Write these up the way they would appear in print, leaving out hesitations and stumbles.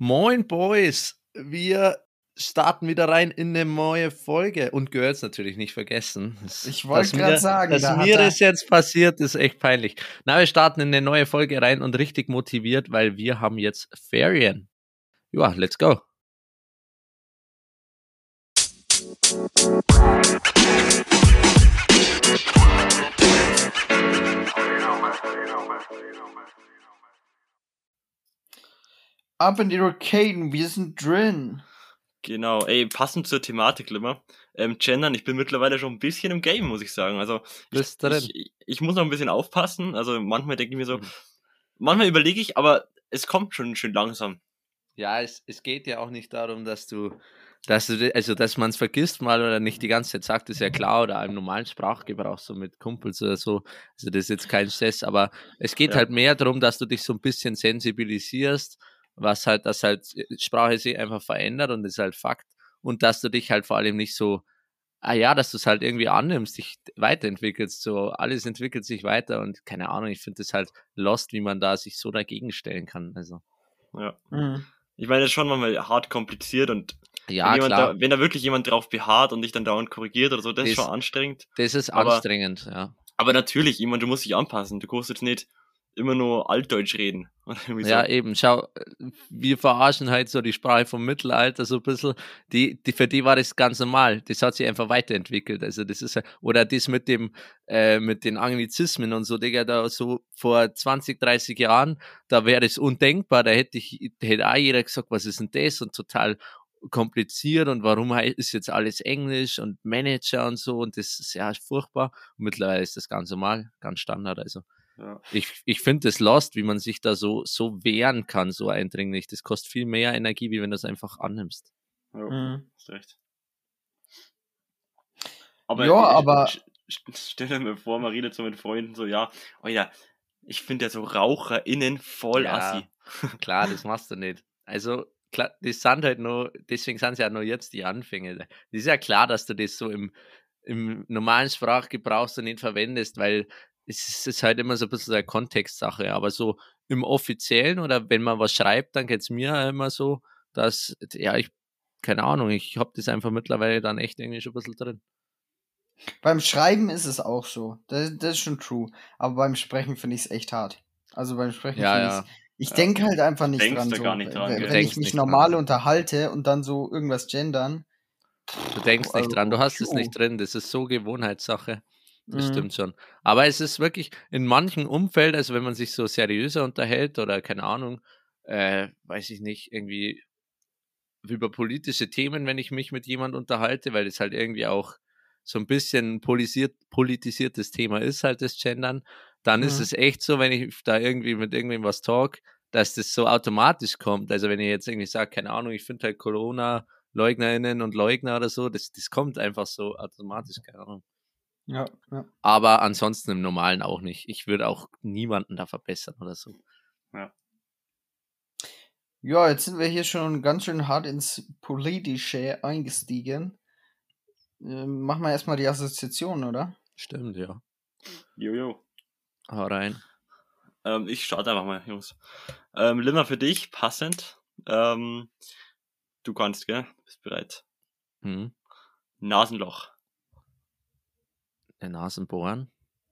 Moin Boys, wir starten wieder rein in eine neue Folge und Girls natürlich nicht vergessen. Ich wollte gerade sagen, dass mir das jetzt passiert, ist echt peinlich. Na, wir starten in eine neue Folge rein und richtig motiviert, weil wir haben jetzt Ferien. Ja, let's go. Ab in die Arcade, wir sind drin. Genau, passend zur Thematik, Limmer. Gendern, ich bin mittlerweile schon ein bisschen im Game, muss ich sagen. Also ich muss noch ein bisschen aufpassen. Also manchmal denke ich mir so, manchmal überlege ich, aber es kommt schon schön langsam. Ja, es geht ja auch nicht darum, dass man es vergisst mal oder nicht die ganze Zeit sagt, ist ja klar, oder im normalen Sprachgebrauch, so mit Kumpels oder so. Also das ist jetzt kein Stress, aber es geht halt mehr darum, dass du dich so ein bisschen sensibilisierst, dass Sprache sich einfach verändert und das ist halt Fakt. Und dass du dich halt vor allem nicht so, dass du es halt irgendwie annimmst, dich weiterentwickelst, so alles entwickelt sich weiter und keine Ahnung, ich finde das halt lost, wie man da sich so dagegen stellen kann, also. Ja. Ich meine, das ist schon manchmal hart kompliziert und wenn da wirklich jemand drauf beharrt und dich dann dauernd korrigiert oder so, das ist schon anstrengend. Das ist anstrengend, ja. Aber natürlich, du musst dich anpassen. Du kannst jetzt nicht immer nur Altdeutsch reden. Ja, eben, schau, wir verarschen halt so die Sprache vom Mittelalter so ein bisschen, für die war das ganz normal, das hat sich einfach weiterentwickelt, also das ist, oder das mit den Anglizismen und so, Digga, da so vor 20, 30 Jahren, da wäre es undenkbar, da hätte auch jeder gesagt, was ist denn das und total kompliziert und warum ist jetzt alles Englisch und Manager und so und das ist ja furchtbar und mittlerweile ist das ganz normal, ganz Standard, also. Ja. Ich finde das lost, wie man sich da so wehren kann, so eindringlich. Das kostet viel mehr Energie, wie wenn du es einfach annimmst. Ja, hast recht. Stell dir mir vor, man redet so mit Freunden so, ich finde ja so RaucherInnen voll assi. Klar, das machst du nicht. Also, klar, das sind halt nur, deswegen sind es ja nur jetzt die Anfänge. Das ist ja klar, dass du das so im normalen Sprachgebrauch so nicht verwendest, weil es ist halt immer so ein bisschen eine Kontextsache, aber so im Offiziellen oder wenn man was schreibt, dann geht es mir immer so, dass, keine Ahnung, ich habe das einfach mittlerweile dann echt irgendwie schon ein bisschen drin. Beim Schreiben ist es auch so, das ist schon true, aber beim Sprechen finde ich es echt hart. Also beim Sprechen finde ich denke halt einfach nicht dran, so, wenn ich mich normal unterhalte und dann so irgendwas gendern. Du denkst nicht dran, du hast es nicht drin, das ist so Gewohnheitssache. Das stimmt schon. Aber es ist wirklich in manchen Umfelden, also wenn man sich so seriöser unterhält oder keine Ahnung, weiß ich nicht, irgendwie über politische Themen, wenn ich mich mit jemand unterhalte, weil es halt irgendwie auch so ein bisschen politisiertes Thema ist, halt das Gendern, dann ist es echt so, wenn ich da irgendwie mit irgendwem was talk, dass das so automatisch kommt. Also wenn ich jetzt irgendwie sage, keine Ahnung, ich finde halt Corona-LeugnerInnen und Leugner oder so, das kommt einfach so automatisch, keine Ahnung. Ja. Aber ansonsten im Normalen auch nicht. Ich würde auch niemanden da verbessern oder so. Ja, jetzt sind wir hier schon ganz schön hart ins Politische eingestiegen. Machen wir erstmal die Assoziation, oder? Stimmt, ja. Jojo. Hau rein. Ich starte einfach mal, Jungs. Limmer, für dich, passend. Du kannst, gell? Bist bereit. Nasenloch. Nasenbohren.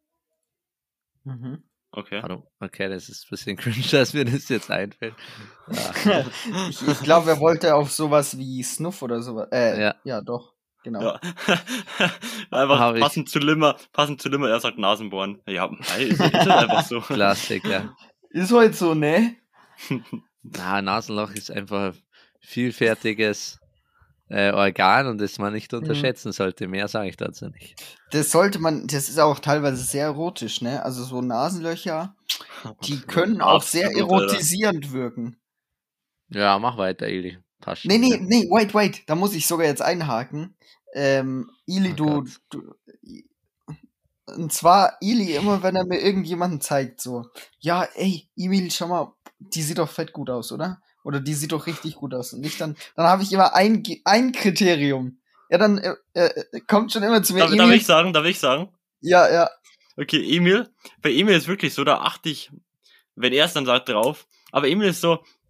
Okay. Okay, das ist ein bisschen cringe, dass mir das jetzt einfällt. Ja. ich glaube, er wollte auf sowas wie Snuff oder sowas. Ja, doch. Genau. Ja. Einfach passend zu Limmer, er sagt Nasenbohren. Ja, ist halt einfach so. Klassiker. Ist halt so, ne? Nasenloch ist einfach ein vielfältiges Organ und das man nicht unterschätzen sollte. Mehr sage ich dazu nicht. Das ist auch teilweise sehr erotisch, ne? Also so Nasenlöcher, die können auch sehr erotisierend wirken. Ja, mach weiter, Eli. Nee, wait, da muss ich sogar jetzt einhaken. Ili, und zwar Ili, immer wenn er mir irgendjemanden zeigt, so, ja, ey, Emil, schau mal, die sieht doch fett gut aus, oder? Oder die sieht doch richtig gut aus. Und dann habe ich immer ein Kriterium. Ja, dann kommt schon immer zu mir. Darf ich sagen? Ja. Okay, Emil. Bei Emil ist wirklich so, da achte ich, wenn er es dann sagt, drauf. Aber Emil ist so,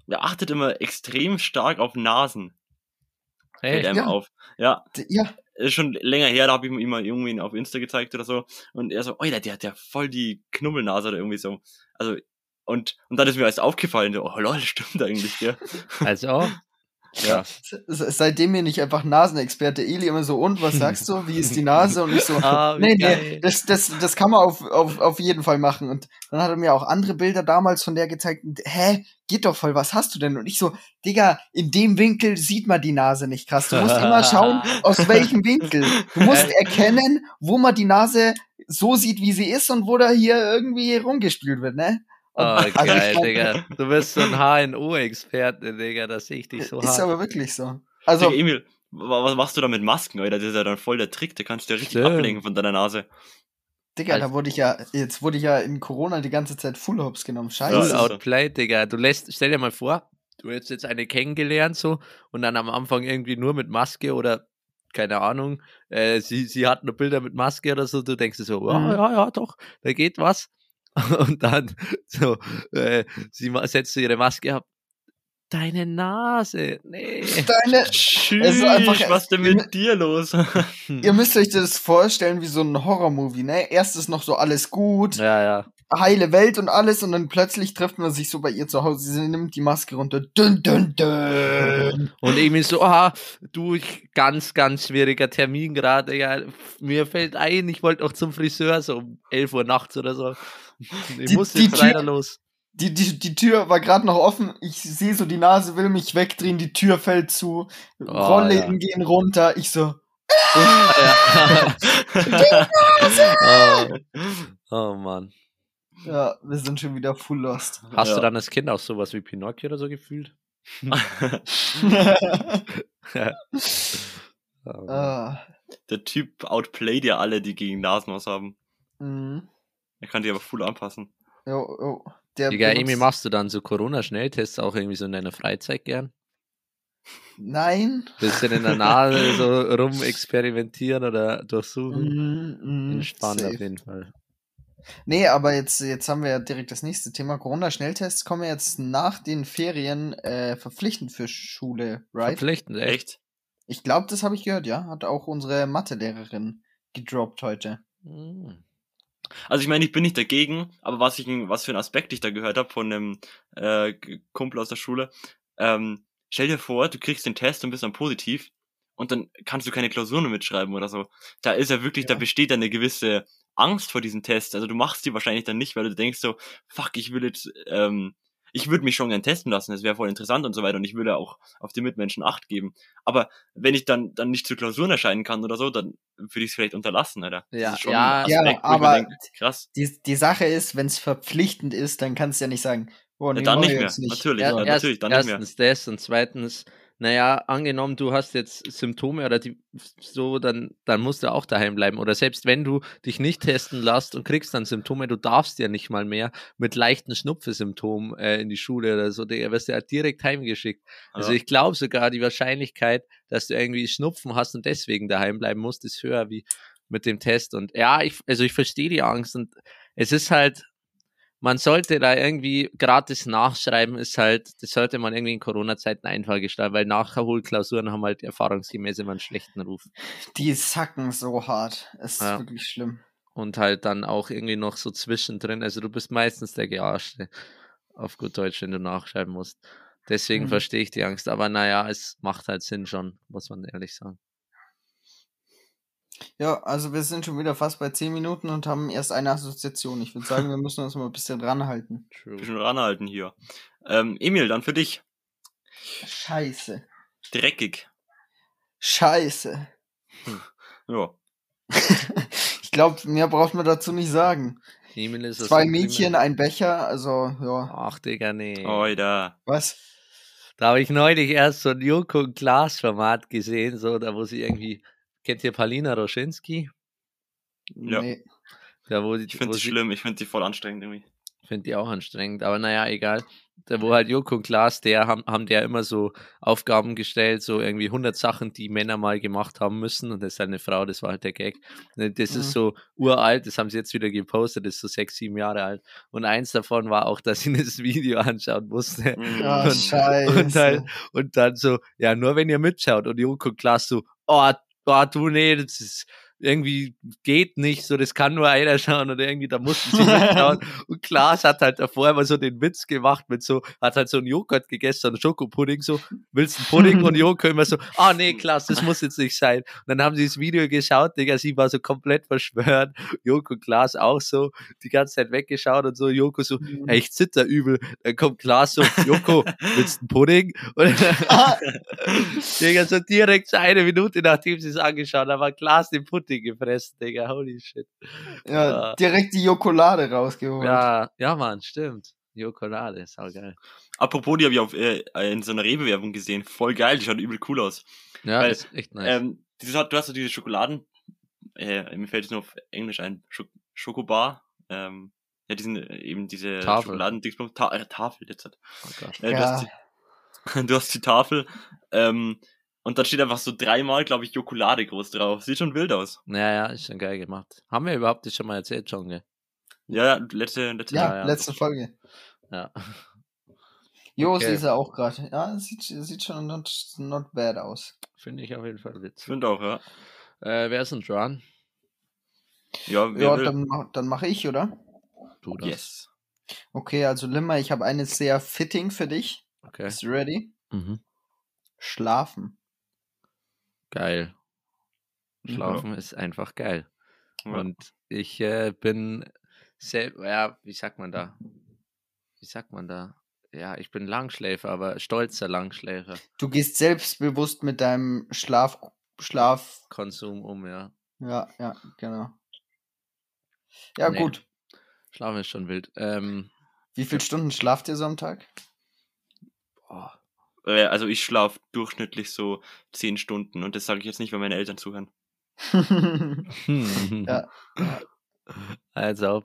achtet immer extrem stark auf Nasen. Fällt einem auf. Ja. Ist schon länger her, da habe ich ihm mal irgendwie auf Insta gezeigt oder so. Und er so, oh, der hat ja voll die Knubbelnase oder irgendwie so. Also, und dann ist mir erst aufgefallen, so, oh lol, stimmt eigentlich, gell? Also, ja. Seitdem mir nicht einfach Nasenexperte Eli immer so, und was sagst du, wie ist die Nase? Und ich so, nee, das kann man auf jeden Fall machen. Und dann hat er mir auch andere Bilder damals von der gezeigt. Geht doch voll, was hast du denn? Und ich so, Digga, in dem Winkel sieht man die Nase nicht krass. Du musst immer schauen, aus welchem Winkel. Du musst erkennen, wo man die Nase so sieht, wie sie ist und wo da hier irgendwie rumgespielt wird, ne? Oh, geil, Digga. Du bist so ein HNO-Experte, Digga, das sehe ich dich so hart. Ist aber wirklich so. Also, Digga, Emil, was machst du da mit Masken, Alter? Das ist ja dann voll der Trick, da kannst du ja richtig ablenken von deiner Nase. Digga, da wurde ich ja in Corona die ganze Zeit Full Hops genommen. Scheiße. Full Outplay, Digga. Stell dir mal vor, du hättest jetzt eine kennengelernt so und dann am Anfang irgendwie nur mit Maske oder keine Ahnung, sie hat nur Bilder mit Maske oder so, du denkst dir so, ja, doch, da geht was. Und dann so, sie setzt so ihre Maske ab. Deine Nase, nee. Tschüss, was denn mit dir los? Ihr müsst euch das vorstellen wie so ein Horrormovie, ne? Erst ist noch so alles gut, ja. Heile Welt und alles und dann plötzlich trifft man sich so bei ihr zu Hause, sie nimmt die Maske runter, dün, dün, dün. Und irgendwie so, du, ganz, ganz schwieriger Termin gerade, ja, mir fällt ein, ich wollte auch zum Friseur, so um 11 Uhr nachts oder so. Ich muss jetzt leider los. Die Tür war gerade noch offen, ich sehe so, die Nase will mich wegdrehen, die Tür fällt zu, Rollläden gehen runter, ich so, Oh Mann. Ja, wir sind schon wieder full lost. Hast du dann als Kind auch sowas wie Pinocchio oder so gefühlt? Der Typ outplayt ja alle, die gegen Nasenhaus haben. Mhm. Er kann die aber full anpassen. Jo. Digga, Emi, machst du dann so Corona-Schnelltests auch irgendwie so in deiner Freizeit gern? Nein. Bisschen in der Nase so rumexperimentieren oder durchsuchen? Entspannt auf jeden Fall. Nee, aber jetzt haben wir ja direkt das nächste Thema. Corona-Schnelltests kommen jetzt nach den Ferien verpflichtend für Schule, right? Verpflichtend, echt? Ich glaube, das habe ich gehört, ja. Hat auch unsere Mathelehrerin gedroppt heute. Also ich meine, ich bin nicht dagegen, aber was für einen Aspekt ich da gehört habe von einem Kumpel aus der Schule, stell dir vor, du kriegst den Test und bist dann positiv und dann kannst du keine Klausuren mehr mitschreiben oder so. Da ist ja wirklich, da besteht eine gewisse Angst vor diesem Test. Also du machst die wahrscheinlich dann nicht, weil du denkst so, fuck, ich würde mich schon gern testen lassen, das wäre voll interessant und so weiter und ich würde auch auf die Mitmenschen Acht geben. Aber wenn ich dann nicht zur Klausuren erscheinen kann oder so, dann würde ich es vielleicht unterlassen, Alter. Ja, das ist schon ein Aspekt, aber denke, krass. Die Sache ist, wenn es verpflichtend ist, dann kannst du ja nicht sagen, dann nicht mehr, natürlich, natürlich, dann nicht mehr. Erstens das und zweitens, naja, angenommen, du hast jetzt Symptome oder dann musst du auch daheim bleiben. Oder selbst wenn du dich nicht testen lässt und kriegst dann Symptome, du darfst ja nicht mal mehr mit leichten Schnupfesymptomen in die Schule oder so, du wirst ja direkt heimgeschickt. Also ich glaube sogar, die Wahrscheinlichkeit, dass du irgendwie Schnupfen hast und deswegen daheim bleiben musst, ist höher wie mit dem Test. Und ja, ich verstehe die Angst und es ist halt, man sollte da irgendwie gratis nachschreiben, das sollte man irgendwie in Corona-Zeiten einfach gestalten, weil Nachholklausuren haben halt erfahrungsgemäß immer einen schlechten Ruf. Die sacken so hart, es ist wirklich schlimm. Und halt dann auch irgendwie noch so zwischendrin, also du bist meistens der Gearschte, auf gut Deutsch, wenn du nachschreiben musst. Deswegen verstehe ich die Angst, aber naja, es macht halt Sinn schon, muss man ehrlich sagen. Ja, also wir sind schon wieder fast bei 10 Minuten und haben erst eine Assoziation. Ich würde sagen, wir müssen uns mal ein bisschen ranhalten. Ein bisschen ranhalten hier. Emil, dann für dich. Scheiße. Dreckig. Scheiße. Ja. Ich glaube, mehr braucht man dazu nicht sagen. Emil ist 2 Mädchen, ein Becher, also ja. Ach, Digga, nee. Oida. Was? Da habe ich neulich erst so ein Joko und Klaas-Format gesehen, so da wo sie irgendwie... Kennt ihr Paulina Roschinski? Ja. Nee. Ich finde die schlimm, ich finde die voll anstrengend irgendwie. Ich finde die auch anstrengend, aber naja, egal. wo halt Joko und Klaas, haben der immer so Aufgaben gestellt, so irgendwie 100 Sachen, die Männer mal gemacht haben müssen und das ist halt eine Frau, das war halt der Gag. Das ist so uralt, das haben sie jetzt wieder gepostet, das ist so 6, 7 Jahre alt und eins davon war auch, dass ich das Video anschauen musste. Ja, scheiße. Und dann so, ja, nur wenn ihr mitschaut und Joko und Klaas so, oh, du, nee, das ist irgendwie geht nicht, so das kann nur einer schauen oder irgendwie, da mussten sie mitschauen. Und Klaas hat halt davor immer so den Witz gemacht mit so, hat halt so einen Joghurt gegessen, einen Schokopudding, so, willst du einen Pudding? Und Joko immer so, nee, Klaas, das muss jetzt nicht sein. Und dann haben sie das Video geschaut, Digga, sie war so komplett verschwört. Joko und Klaas auch so, die ganze Zeit weggeschaut und so, Joko so, ich zitter übel. Dann kommt Klaas so, Joko, willst du einen Pudding? Und Digga, so direkt 1 Minute, nachdem sie es angeschaut haben, war Klaas den Pudding gefressen, Digga, holy shit. Ja, direkt die Jokolade rausgeholt. Ja, Mann, stimmt. Jokolade, ist auch geil. Apropos, die habe ich in so einer Rewe-Werbung gesehen. Voll geil, die schaut übel cool aus. Ja, das ist echt nice. Du hast so diese Schokoladen, mir fällt es nur auf Englisch ein, Schokobar, ja, diese Tafel. Schokoladen-Dingsbums, Tafel jetzt halt. Okay. Du hast die Tafel, und da steht einfach so 3-mal, glaube ich, Jokolade groß drauf. Sieht schon wild aus. Ja, ist schon geil gemacht. Haben wir überhaupt das schon mal erzählt, John? Ja, letzte Folge. Ja. Jo, sie ist ja auch gerade. Ja, sieht schon not bad aus. Finde ich auf jeden Fall witzig. Finde auch, ja. Wer ist denn dran? Ja, dann mache ich, oder? Du das. Yes. Okay, also Limmer, ich habe eine sehr fitting für dich. Okay. Bist du ready? Mhm. Schlafen. Geil. Schlafen ist einfach geil. Ja. Und ich bin wie sagt man da? Ja, ich bin Langschläfer, aber stolzer Langschläfer. Du gehst selbstbewusst mit deinem Konsum um, ja. Ja, genau. Ja, nee. Gut. Schlafen ist schon wild. Wie viele Stunden schlaft ihr so am Tag? Also ich schlafe durchschnittlich so 10 Stunden und das sage ich jetzt nicht, weil meine Eltern zuhören. Ja. Also,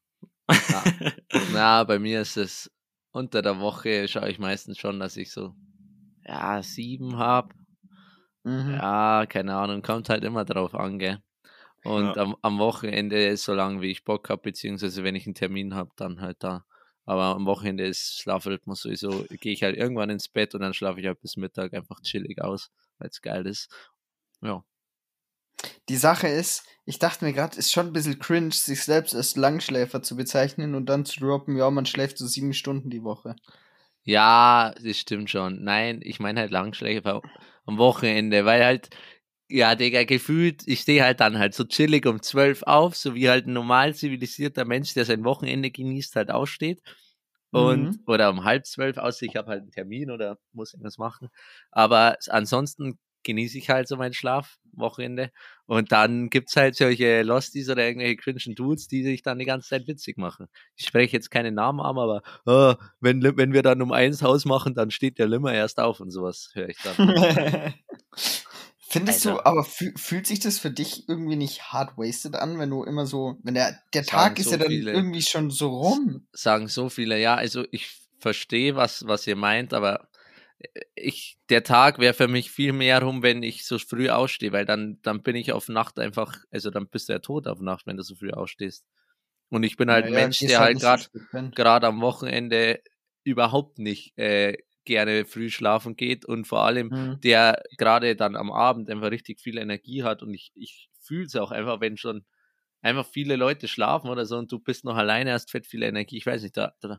bei mir ist es unter der Woche, schaue ich meistens schon, dass ich so 7 habe. Ja, keine Ahnung, kommt halt immer drauf an, gell. Und am Wochenende, so lange wie ich Bock habe, beziehungsweise wenn ich einen Termin habe, dann halt da. Aber am Wochenende ist Schlafrhythmus sowieso, gehe ich halt irgendwann ins Bett und dann schlafe ich halt bis Mittag einfach chillig aus, weil es geil ist. Ja. Die Sache ist, ich dachte mir gerade, ist schon ein bisschen cringe, sich selbst als Langschläfer zu bezeichnen und dann zu droppen, ja, man schläft so 7 Stunden die Woche. Ja, das stimmt schon. Nein, ich meine halt Langschläfer am Wochenende, weil halt, ja, Digga, gefühlt, ich stehe halt dann halt so chillig um 12 auf, so wie halt ein normal zivilisierter Mensch, der sein Wochenende genießt, halt aussteht. Und, oder um 11:30 aus, ich habe halt einen Termin oder muss irgendwas machen. Aber ansonsten genieße ich halt so meinen Schlafwochenende. Und dann gibt's halt solche Losties oder irgendwelche cringen Dudes, die sich dann die ganze Zeit witzig machen. Ich spreche jetzt keine Namen an, aber wenn wir dann um 1 Haus machen, dann steht der Limmer erst auf und sowas höre ich dann. Findest du, aber fühlt sich das für dich irgendwie nicht hard wasted an, wenn du immer so, wenn der Tag ist so ja dann irgendwie schon so rum? Sagen so viele, ja, also ich verstehe, was ihr meint, aber der Tag wäre für mich viel mehr rum, wenn ich so früh ausstehe, weil dann bin ich auf Nacht einfach, also dann bist du ja tot auf Nacht, wenn du so früh ausstehst. Und ich bin halt ein Mensch, der halt gerade am Wochenende überhaupt nicht gerne früh schlafen geht und vor allem der gerade dann am Abend einfach richtig viel Energie hat und ich fühle es auch einfach, wenn schon einfach viele Leute schlafen oder so und du bist noch alleine, hast fett viel Energie, ich weiß nicht,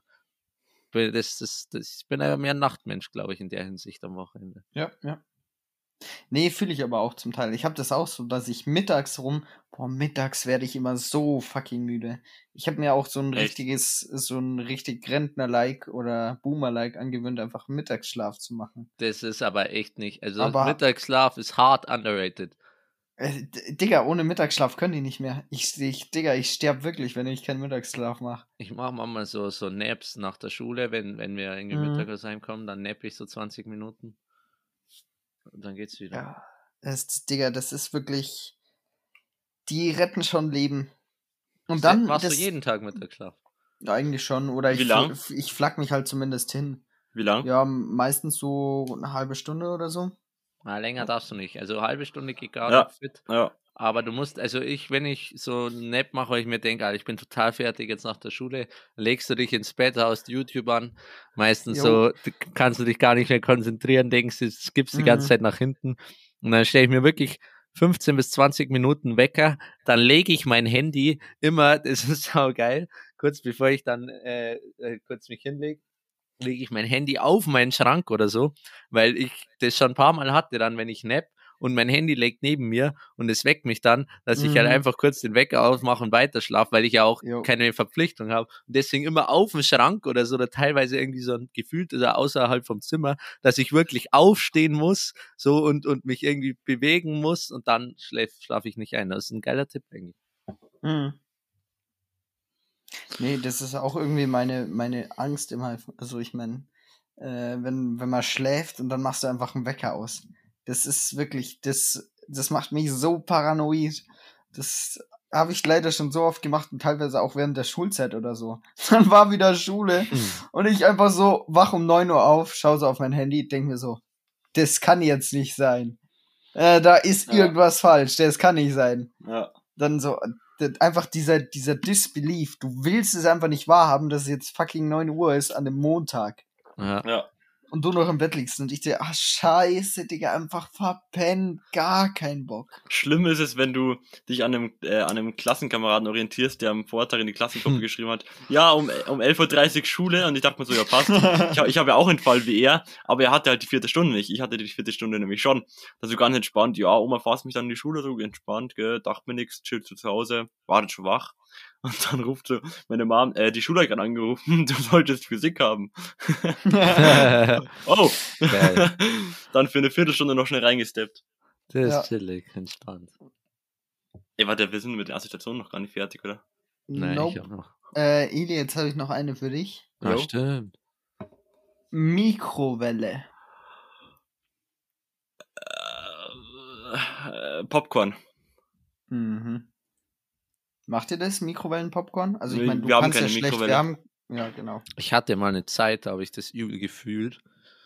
ich bin aber mehr ein Nachtmensch, glaube ich, in der Hinsicht am Wochenende. Ja. Nee, fühle ich aber auch zum Teil. Ich habe das auch so, dass ich mittags werde ich immer so fucking müde. Ich habe mir auch so ein richtig Rentner-like oder Boomer-like angewöhnt, einfach Mittagsschlaf zu machen. Das ist aber echt nicht, also Mittagsschlaf ist hart underrated. Digga, ohne Mittagsschlaf können die nicht mehr. Ich sterbe wirklich, wenn ich keinen Mittagsschlaf mache. Ich mache manchmal so Naps nach der Schule, wenn wir irgendwie mittags heimkommen, dann nappe ich so 20 Minuten. Und dann geht's wieder. Ja, das ist wirklich, die retten schon Leben. Und dann machst du jeden Tag Mittagsschlaf? Eigentlich schon. Oder Wie lang? Ich flack mich halt zumindest hin. Wie lang? Ja, meistens so eine halbe Stunde oder so. Länger darfst du nicht. Also eine halbe Stunde geht gar Ja. nicht fit. Ja. Aber du musst, also wenn ich so einen Nap mache, weil ich mir denke, ich bin total fertig jetzt nach der Schule, legst du dich ins Bett, haust YouTube an, meistens so, kannst du dich gar nicht mehr konzentrieren, denkst, es skippst die ganze Zeit nach hinten und dann stelle ich mir wirklich 15 bis 20 Minuten Wecker, dann lege ich mein Handy immer, das ist saugeil, kurz bevor ich dann kurz mich hinlege, lege ich mein Handy auf meinen Schrank oder so, weil ich das schon ein paar Mal hatte dann, wenn ich nap und mein Handy liegt neben mir und es weckt mich dann, dass ich halt einfach kurz den Wecker aufmache und weiter schlafe, weil ich ja auch keine Verpflichtung habe und deswegen immer auf dem Schrank oder so oder teilweise irgendwie so ein gefühlt oder außerhalb vom Zimmer, dass ich wirklich aufstehen muss so und mich irgendwie bewegen muss und dann schlafe ich nicht ein. Das ist ein geiler Tipp eigentlich. Nee, das ist auch irgendwie meine Angst immer. Also ich meine, wenn man schläft und dann machst du einfach einen Wecker aus. Das ist wirklich, das macht mich so paranoid. Das habe ich leider schon so oft gemacht und teilweise auch während der Schulzeit oder so. Dann war wieder Schule und ich einfach so wach um 9 Uhr auf, schaue so auf mein Handy, denke mir so, das kann jetzt nicht sein. Da ist irgendwas falsch, das kann nicht sein. Ja. Dann so, einfach dieser Disbelief. Du willst es einfach nicht wahrhaben, dass es jetzt fucking 9 Uhr ist an dem Montag. Ja. Und du noch im Bett liegst und ich dir, scheiße, Digga, einfach verpennt, gar keinen Bock. Schlimm ist es, wenn du dich an einem Klassenkameraden orientierst, der am Vortag in die Klassengruppe geschrieben hat, ja, um 11.30 Uhr Schule, und ich dachte mir so, ja, passt. Ich habe ja auch einen Fall wie er, aber er hatte halt die 4. Stunde nicht. Ich hatte die 4. Stunde nämlich schon. Also ganz entspannt, ja, Oma fasst mich dann in die Schule, so entspannt, gell, dachte mir nichts, chillt zu Hause, war schon wach. Und dann ruft so meine Mom, die Schule hat gerade angerufen, du solltest Physik haben. Oh. Geil. Dann für eine Viertelstunde noch schnell reingesteppt. Das ist chillig, entspannt. Ey, warte, wir sind mit der Assoziation noch gar nicht fertig, oder? Nein, Nope. ich auch noch. Eli, jetzt habe ich noch eine für dich. Ah, stimmt. Mikrowelle. Popcorn. Macht ihr das, Mikrowellen-Popcorn? Also ich Nee, meine, du wir haben kannst ja keine schlecht, Mikrowelle. wir haben, ja genau. Ich hatte mal eine Zeit, da habe ich das übel gefühlt,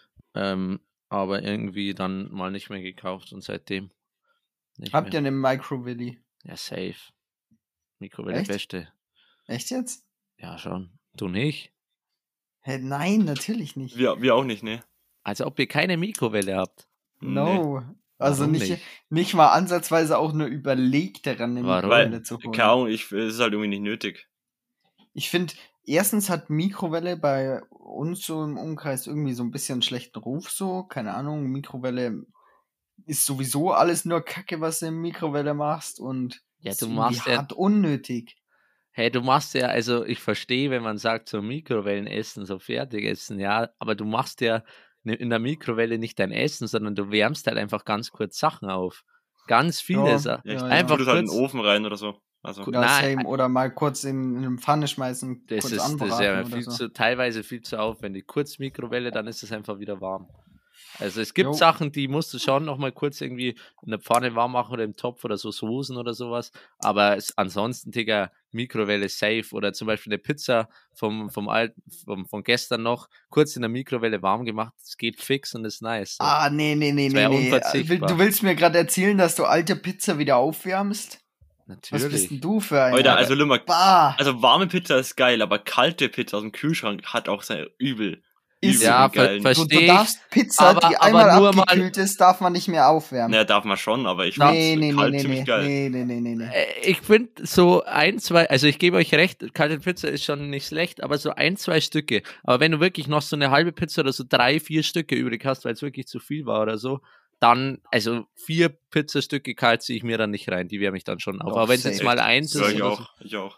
aber irgendwie dann mal nicht mehr gekauft und seitdem nicht Habt mehr. ihr eine Microwelle? Ja, safe. Mikrowelle Echt? beste. Echt jetzt? Ja, schon. Du nicht? Hä, nein, natürlich nicht. Wir auch nicht, ne? Als ob ihr keine Mikrowelle habt. No. Nee. Also Warum nicht mal ansatzweise auch nur überlegt daran, eine Warum? Mikrowelle zu holen. Keine Ahnung, es ist halt irgendwie nicht nötig. Ich finde, erstens hat Mikrowelle bei uns so im Umkreis irgendwie so ein bisschen einen schlechten Ruf so. Keine Ahnung, Mikrowelle ist sowieso alles nur Kacke, was du in Mikrowelle machst und Ja, ist du irgendwie machst ja- hart unnötig. Hey, du machst ja, also ich verstehe, wenn man sagt, so Mikrowellenessen, so Fertigessen, ja, aber du machst ja in der Mikrowelle nicht dein Essen, sondern du wärmst halt einfach ganz kurz Sachen auf. Ganz viele Ja, Sachen. Ja, Einfach tu das halt in kurz. den Ofen rein oder so. Also, Ja, Nein. same. Oder mal kurz in eine Pfanne schmeißen, Das kurz ist anbraten ja oder viel so. teilweise viel zu aufwendig. Kurz Mikrowelle, dann ist es einfach wieder warm. Also es gibt Jo. Sachen, die musst du schon noch mal kurz irgendwie in der Pfanne warm machen oder im Topf oder so Soßen oder sowas. Aber ansonsten, Digga, Mikrowelle safe oder zum Beispiel eine Pizza von gestern noch kurz in der Mikrowelle warm gemacht. Es geht fix und ist nice. So. Nee. Das wär unverzichtbar. Du willst mir gerade erzählen, dass du alte Pizza wieder aufwärmst? Natürlich. Was bist denn du für ein... Alter, also Limmer, Bah! also warme Pizza ist geil, aber kalte Pizza aus dem Kühlschrank hat auch sehr übel. Ist ja, geil. Du verstehe darfst Pizza, aber- die aber einmal nur mal- abgekühlt ist, darf man nicht mehr aufwärmen. Naja, darf man schon, aber ich nee, find's kalt ziemlich geil. Nee. Ich finde so ein, zwei, also ich gebe euch recht, kalte Pizza ist schon nicht schlecht, aber so ein, zwei Stücke. Aber wenn du wirklich noch so eine halbe Pizza oder so 3, 4 Stücke übrig hast, weil es wirklich zu viel war oder so, dann, also 4 Pizzastücke kalt ziehe ich mir dann nicht rein, die wärme ich dann schon auf. Doch, Aber wenn es safe. jetzt mal eins Ja, ist ich oder auch, ich auch.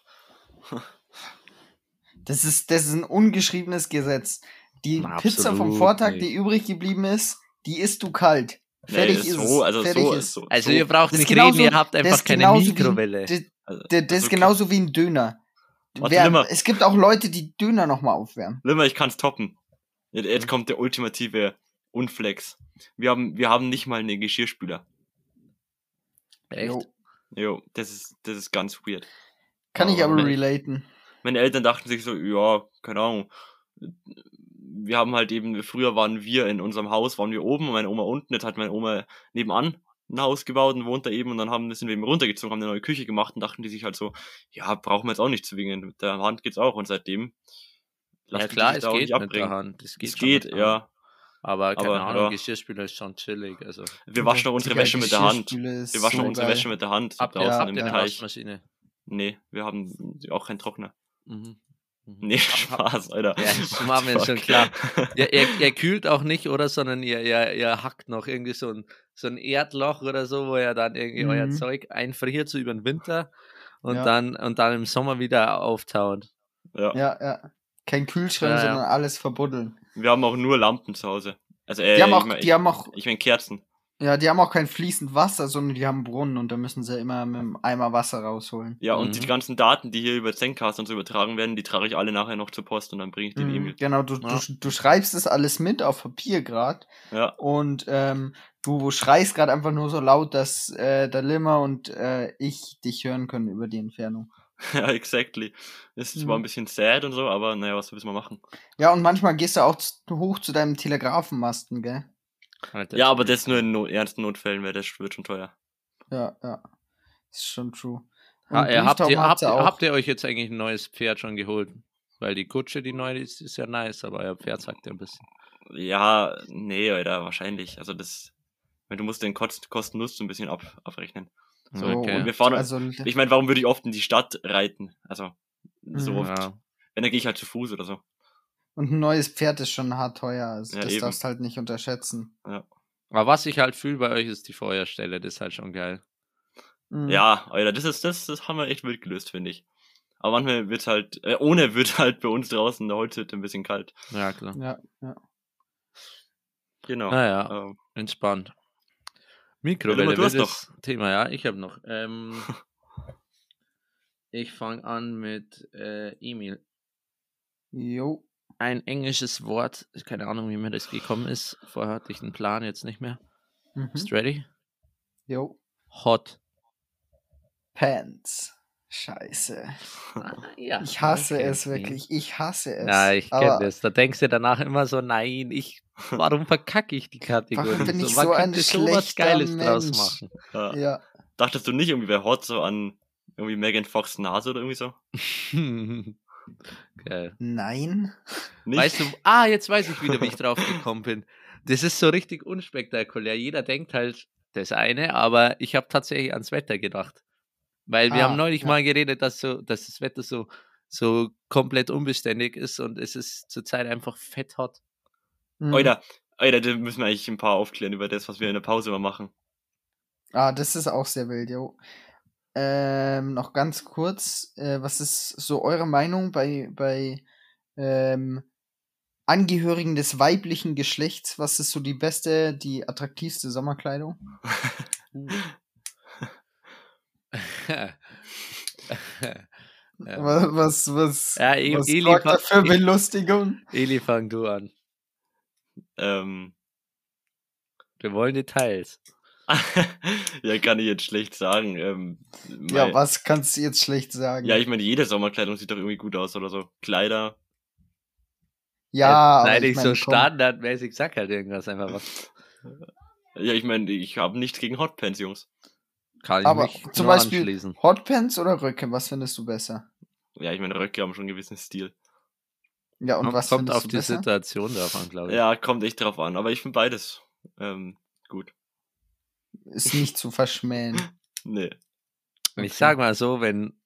Das ist ein ungeschriebenes Gesetz. Die Na, Pizza vom absolut Vortag, nicht. die übrig geblieben ist, die isst du kalt. Fertig Nee, ist so, es. also Fertig so ist. ist so. Also so. ihr braucht Das nicht ist genauso- reden, ihr habt das einfach ist keine genauso wie- Mikrowelle. Also, Das ist also, genauso wie ein Döner. Warte, Limmer. Es gibt auch Leute, die Döner nochmal aufwärmen. Limmer, ich kann's toppen. Jetzt kommt der ultimative Unflex. Wir haben nicht mal einen Geschirrspüler. Echt? Jo. Jo, das ist ganz weird. Kann ich Aber aber nicht. relaten. meine Eltern dachten sich so, ja, keine Ahnung, wir haben halt eben, früher waren wir in unserem Haus, waren wir oben und meine Oma unten, jetzt hat meine Oma nebenan ein Haus gebaut und wohnt da eben und dann sind wir eben runtergezogen, haben eine neue Küche gemacht und dachten die sich halt so, ja, brauchen wir jetzt auch nicht zwingen, mit der Hand geht's auch und seitdem ja klar, es geht mit der Hand. Es geht, ja. Aber keine Ahnung, Geschirrspüler ist schon chillig. Also. Wir waschen auch unsere Wäsche mit der Hand. Wir waschen auch unsere Wäsche mit der Hand. Habt ihr eine Waschmaschine? Nee, wir haben auch keinen Trockner. Mhm. Nee, Spaß, Alter. Ja, das war mir schon klar. Ja, ihr kühlt auch nicht, oder? Sondern ihr hackt noch irgendwie so ein Erdloch oder so, wo ihr dann irgendwie euer Zeug einfriert, so über den Winter und dann im Sommer wieder auftaut. Ja. Kein Kühlschrank, sondern alles verbuddeln. Wir haben auch nur Lampen zu Hause. Also, ich meine Kerzen. Ja, die haben auch kein fließend Wasser, sondern die haben Brunnen und da müssen sie immer mit einem Eimer Wasser rausholen. Ja, und die ganzen Daten, die hier über Zencast und so übertragen werden, die trage ich alle nachher noch zur Post und dann bringe ich den Emil. Genau, du schreibst das alles mit auf Papier gerade. Ja. Und du schreist gerade einfach nur so laut, dass der Limmer und ich dich hören können über die Entfernung. Ja, exactly. Ist zwar ein bisschen sad und so, aber naja, was müssen wir machen? Ja, und manchmal gehst du auch hoch zu deinem Telegrafenmasten, gell? Ja, aber das nur in ernsten Notfällen, weil das wird schon teuer. Ja. Ist schon true. Habt ihr euch jetzt eigentlich ein neues Pferd schon geholt? Weil die Kutsche, die neue, ist ja nice, aber euer Pferd sagt ja ein bisschen. Ja, nee, Alter, wahrscheinlich. Also du musst den Kosten-Nutzen ein bisschen abrechnen. So, okay. Und wir fahren, ich meine, warum würde ich oft in die Stadt reiten? Also, so oft. Ja. Wenn, dann gehe ich halt zu Fuß oder so. Und ein neues Pferd ist schon hart teuer, also das eben. darfst du halt nicht unterschätzen. Ja. Aber was ich halt fühle bei euch, ist die Feuerstelle, das ist halt schon geil. Ja, Alter, das haben wir echt wild gelöst, finde ich. Aber manchmal wird halt bei uns draußen in der Holzhütte ein bisschen kalt. Ja, klar. Ja. Genau. Naja, entspannt. Mikrowelle, du hast das Thema, ja, ich habe noch. Ich fange an mit Emil. Jo. Ein englisches Wort, keine Ahnung, wie mir das gekommen ist. Vorher hatte ich einen Plan, jetzt nicht mehr. Bist du ready? Jo. Hot Pants. Scheiße. Ja, ich hasse es wirklich. Ich hasse es. Ja, ich kenne das. Da denkst du danach immer so, nein, warum verkacke ich die Kategorie? Warum bin ich so ein schlechter Geiles Mensch? draus machen? Ja. Dachtest du nicht irgendwie bei Hot so an irgendwie Megan Fox Nase oder irgendwie so? Geil. Nein. Nicht? Weißt du, jetzt weiß ich wieder, wie ich drauf gekommen bin. Das ist so richtig unspektakulär. Jeder denkt halt das eine, aber ich habe tatsächlich ans Wetter gedacht. Weil wir haben neulich mal geredet, dass das Wetter so komplett unbeständig ist und es ist zurzeit einfach fett hot. Alter, da müssen wir eigentlich ein paar aufklären über das, was wir in der Pause mal machen. Das ist auch sehr wild, jo. Noch ganz kurz, was ist so eure Meinung bei Angehörigen des weiblichen Geschlechts? Was ist so die attraktivste Sommerkleidung? Was sorgt dafür Belustigung? Eli, fang du an. Wir wollen Details. Ja, kann ich jetzt schlecht sagen. Was kannst du jetzt schlecht sagen? Ja, ich meine, jede Sommerkleidung sieht doch irgendwie gut aus oder so. Kleider. Ja, aber ich meine, so standardmäßig, sag halt irgendwas einfach was. Ja, ich meine, ich habe nichts gegen Hotpants, Jungs. Kann ich mich zum Beispiel Hotpants oder Röcke, was findest du besser? Ja, ich meine, Röcke haben schon einen gewissen Stil. Ja, und was kommt auf die besser? Situation drauf an, glaube ich. Ja, kommt echt drauf an, aber ich finde beides gut. Ist nicht zu verschmähen. Nee. Ich sag mal so, wenn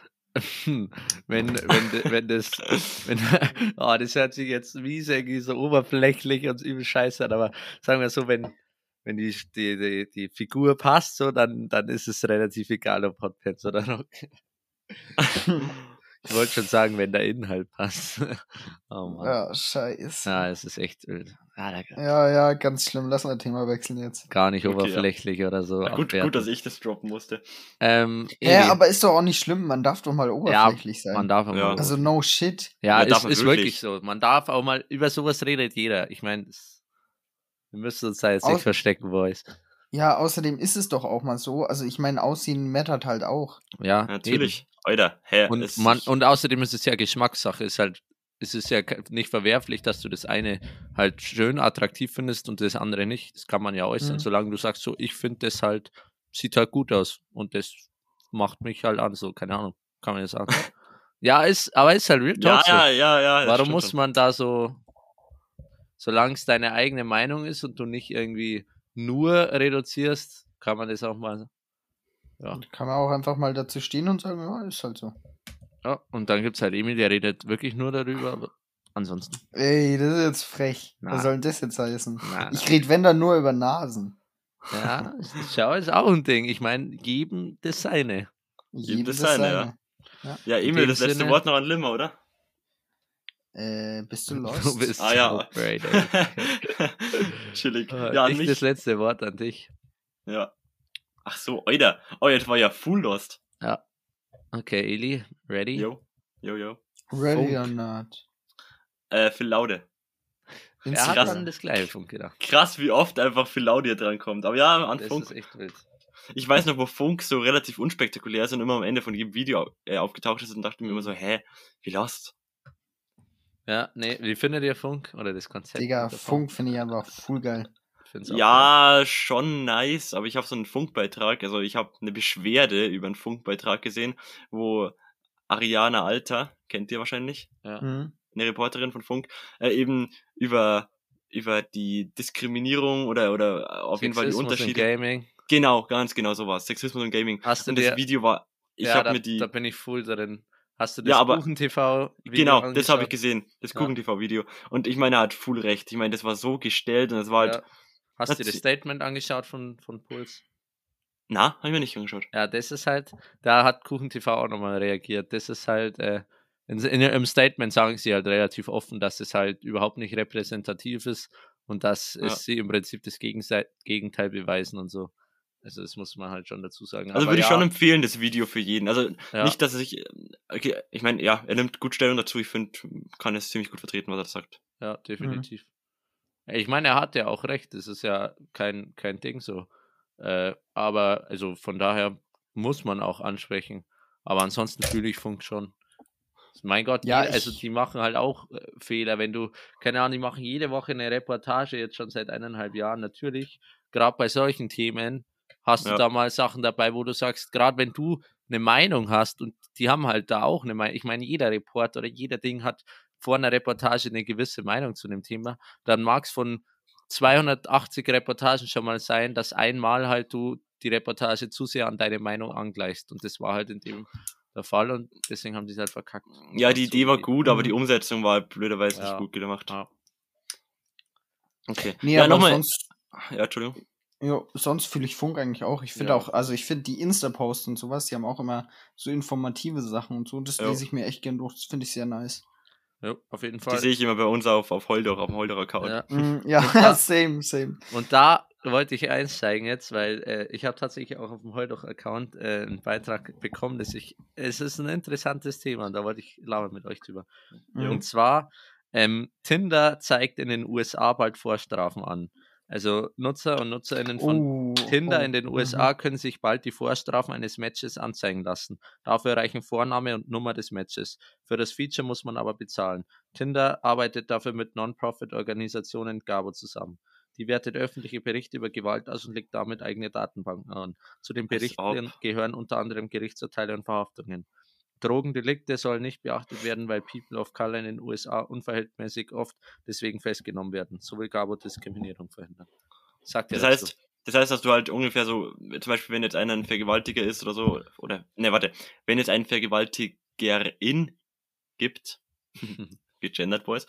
das hört sich jetzt wie so oberflächlich und übel scheiße an, aber sagen wir so, wenn die Figur passt, so, dann ist es relativ egal, ob Hotpants oder Rock. Ich wollte schon sagen, wenn der Inhalt passt. Oh Mann. Ja, scheiße. Ja, es ist echt wild. Ja, ganz schlimm. Lass mal Thema wechseln jetzt. Gar nicht oberflächlich oder so. Ja, gut, dass ich das droppen musste. Aber ist doch auch nicht schlimm. Man darf doch mal oberflächlich sein. Man darf auch mal. Also no shit. Ja, ist wirklich so. Man darf auch mal, über sowas redet jeder. Ich meine, wir müssen uns da jetzt nicht verstecken, Boys. Ja, außerdem ist es doch auch mal so. Also ich meine, Aussehen mattert halt auch. Ja, natürlich. Eben. Alter, hä? Und außerdem ist es ja Geschmackssache, es ist ja nicht verwerflich, dass du das eine halt schön attraktiv findest und das andere nicht. Das kann man ja äußern, solange du sagst so, ich finde das halt, sieht halt gut aus und das macht mich halt an, so, keine Ahnung, kann man ja sagen. Ja, aber ist halt Real Talk so. Ja. Warum muss man da so, solange es deine eigene Meinung ist und du nicht irgendwie nur reduzierst, kann man das auch mal, ja. Kann man auch einfach mal dazu stehen und sagen, ja, ist halt so. Ja, und dann gibt es halt Emil, der redet wirklich nur darüber, aber ansonsten. Ey, das ist jetzt frech. Na. Was soll denn das jetzt heißen? Na. Ich rede, wenn dann, nur über Nasen. Ja, schau, ist auch ein Ding. Ich meine, jedem das seine. Jedem das seine, ja. Ja, Emil, das letzte Wort noch an Limmer, oder? Bist du lost? Du bist ja. Great, Chillig. Ja, an mich. Das letzte Wort an dich. Ja. Ach so, Alter. Oh, jetzt war ja full lost. Ja. Okay, Eli, ready? Yo. Ready Funk. or not? Phil Laude. Er hat dann das gleiche Funk gedacht. Krass, wie oft einfach Phil Laude hier dran kommt. Aber ja, an das Funk. Das ist echt wild. Ich weiß noch, wo Funk so relativ unspektakulär ist und immer am Ende von jedem Video aufgetaucht ist und dachte mir immer so, wie lost. Ja, nee, wie findet ihr Funk oder das Konzept? Digga, Funk finde ich einfach voll geil. Ja, schon nice, aber ich habe so einen Funkbeitrag, also ich habe eine Beschwerde über einen Funkbeitrag gesehen, wo Ariana Alter, kennt ihr wahrscheinlich, eine Reporterin von Funk, eben über die Diskriminierung oder auf jeden Fall die Unterschiede. In Gaming. Genau, ganz genau sowas, Sexismus und Gaming. Hast du und das Video war, da bin ich full drin. Hast du das Kuchen-TV-Video Genau, angeschaut? das habe ich gesehen, das Kuchen-TV-Video. Und ich meine, er hat full recht. Ich meine, das war so gestellt und das war halt... Hast du das Statement angeschaut von Puls? Na, habe ich mir nicht angeschaut. Ja, das ist halt, da hat Kuchen-TV auch nochmal reagiert. Das ist halt, im Statement sagen sie halt relativ offen, dass es halt überhaupt nicht repräsentativ ist und dass sie im Prinzip das Gegenteil beweisen und so. Also das muss man halt schon dazu sagen. Also würde ich schon empfehlen, das Video für jeden. Also nicht, dass er sich... Okay, ich meine, ja, er nimmt gut Stellung dazu. Ich finde, kann es ziemlich gut vertreten, was er sagt. Ja, definitiv. Ich meine, er hat ja auch recht. Das ist ja kein Ding so. Aber also von daher muss man auch ansprechen. Aber ansonsten fühle ich Funk schon. Mein Gott, also die machen halt auch Fehler. Wenn du, keine Ahnung, die machen jede Woche eine Reportage, jetzt schon seit 1,5 Jahren. Natürlich, gerade bei solchen Themen hast du da mal Sachen dabei, wo du sagst, gerade wenn du eine Meinung hast und die haben halt da auch eine Meinung. Ich meine, jeder Reporter oder jeder Ding hat vor einer Reportage eine gewisse Meinung zu dem Thema. Dann mag es von 280 Reportagen schon mal sein, dass einmal halt du die Reportage zu sehr an deine Meinung angleichst. Und das war halt in dem der Fall und deswegen haben die es halt verkackt. Ja, die Idee war gut, aber die Umsetzung war halt blöderweise nicht gut gemacht. Ja. Okay. Nee, aber nochmal. Sonst, ja, Entschuldigung. Ja, sonst fühle ich Funk eigentlich auch. Ich finde auch, also ich finde die Insta-Posts und sowas, die haben auch immer so informative Sachen und so. Und das lese ich mir echt gern durch. Das finde ich sehr nice. Ja, auf jeden Fall. Die sehe ich immer bei uns auf Holder, auf dem Holder-Account. Ja, same. Und da wollte ich einsteigen jetzt, weil ich habe tatsächlich auch auf dem Holder-Account einen Beitrag bekommen, es ist ein interessantes Thema und da wollte ich labern mit euch drüber. Und zwar, Tinder zeigt in den USA bald Vorstrafen an. Also Nutzer und Nutzerinnen von Tinder in den USA können sich bald die Vorstrafen eines Matches anzeigen lassen. Dafür reichen Vorname und Nummer des Matches. Für das Feature muss man aber bezahlen. Tinder arbeitet dafür mit Non-Profit-Organisationen Gabo zusammen. Die wertet öffentliche Berichte über Gewalt aus und legt damit eigene Datenbanken an. Zu den Berichten gehören unter anderem Gerichtsurteile und Verhaftungen. Drogendelikte sollen nicht beachtet werden, weil People of Color in den USA unverhältnismäßig oft deswegen festgenommen werden. So will Gabo Diskriminierung verhindern. Das heißt, dass du halt ungefähr so, zum Beispiel, wenn jetzt einer ein Vergewaltiger ist oder so, wenn es einen Vergewaltigerin gibt, gegendert, Boys,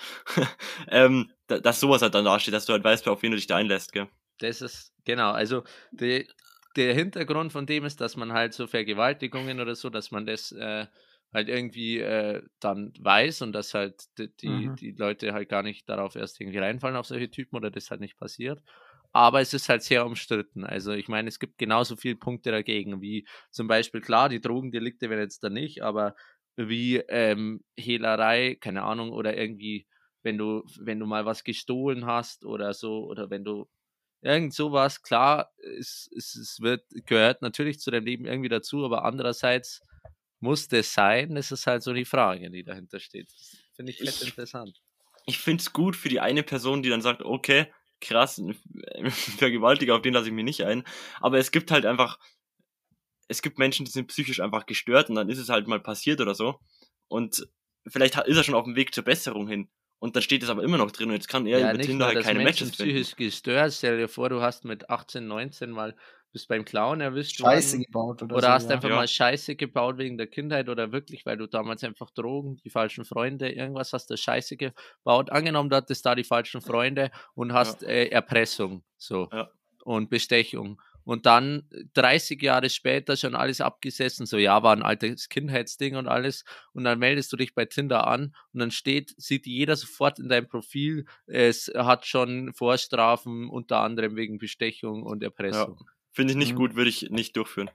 dass sowas halt dann da steht, dass du halt weißt, auf wen du dich da einlässt, gell? Das ist, genau, also der Hintergrund von dem ist, dass man halt so Vergewaltigungen oder so, dass man das halt irgendwie dann weiß und dass halt die Leute halt gar nicht darauf erst irgendwie reinfallen auf solche Typen oder das halt nicht passiert. Aber es ist halt sehr umstritten. Also ich meine, es gibt genauso viele Punkte dagegen, wie zum Beispiel, klar, die Drogendelikte werden jetzt da nicht, aber wie Hehlerei, keine Ahnung, oder irgendwie, wenn du mal was gestohlen hast oder so, oder wenn du irgend sowas, klar, es gehört natürlich zu deinem Leben irgendwie dazu, aber andererseits muss das sein? Das ist halt so die Frage, die dahinter steht. Das finde ich fett interessant. Ich finde es gut für die eine Person, die dann sagt, okay, krass, ein Vergewaltiger, auf den lasse ich mich nicht ein. Aber es gibt halt einfach, es gibt Menschen, die sind psychisch einfach gestört und dann ist es halt mal passiert oder so. Und vielleicht ist er schon auf dem Weg zur Besserung hin. Und dann steht es aber immer noch drin und jetzt kann er über Tinder halt keine Matches finden. Psychisch gestört. Stell dir vor, du hast mit 18, 19 mal bist beim Clown erwischt Scheiße worden. gebaut oder Oder so, hast einfach mal Scheiße gebaut wegen der Kindheit oder wirklich, weil du damals einfach Drogen, die falschen Freunde, irgendwas hast du Scheiße gebaut. Angenommen, du hattest da die falschen Freunde und hast Erpressung so und Bestechung. Und dann 30 Jahre später schon alles abgesessen, so ja, war ein altes Kindheitsding und alles. Und dann meldest du dich bei Tinder an und dann sieht jeder sofort in deinem Profil, es hat schon Vorstrafen, unter anderem wegen Bestechung und Erpressung. Ja. Finde ich nicht gut, würde ich nicht durchführen.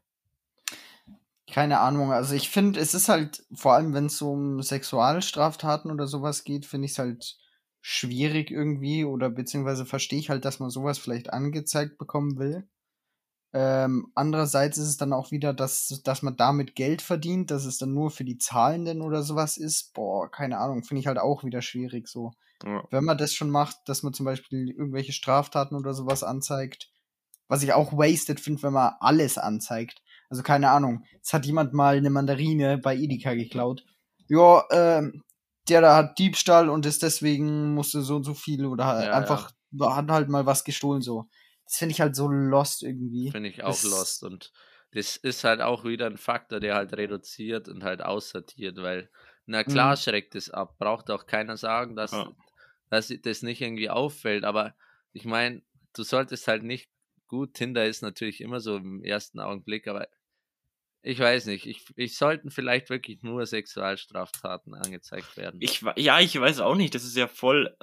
Keine Ahnung, also ich finde, es ist halt, vor allem wenn es um Sexualstraftaten oder sowas geht, finde ich es halt schwierig irgendwie oder beziehungsweise verstehe ich halt, dass man sowas vielleicht angezeigt bekommen will. Andererseits ist es dann auch wieder, dass man damit Geld verdient, dass es dann nur für die Zahlenden oder sowas ist. Boah, keine Ahnung, finde ich halt auch wieder schwierig so. Ja. Wenn man das schon macht, dass man zum Beispiel irgendwelche Straftaten oder sowas anzeigt, was ich auch wasted finde, wenn man alles anzeigt. Also keine Ahnung, es hat jemand mal eine Mandarine bei Edeka geklaut. Ja, der da hat Diebstahl und ist deswegen musste so und so viel oder hat halt mal was gestohlen so. Das finde ich halt so lost irgendwie. Finde ich auch lost und das ist halt auch wieder ein Faktor, der halt reduziert und halt aussortiert, weil, na klar schreckt es ab, braucht auch keiner sagen, dass das nicht irgendwie auffällt, aber ich meine, du solltest halt nicht, gut, Tinder ist natürlich immer so im ersten Augenblick, aber ich weiß nicht, ich sollten vielleicht wirklich nur Sexualstraftaten angezeigt werden. Ich weiß auch nicht, das ist ja voll,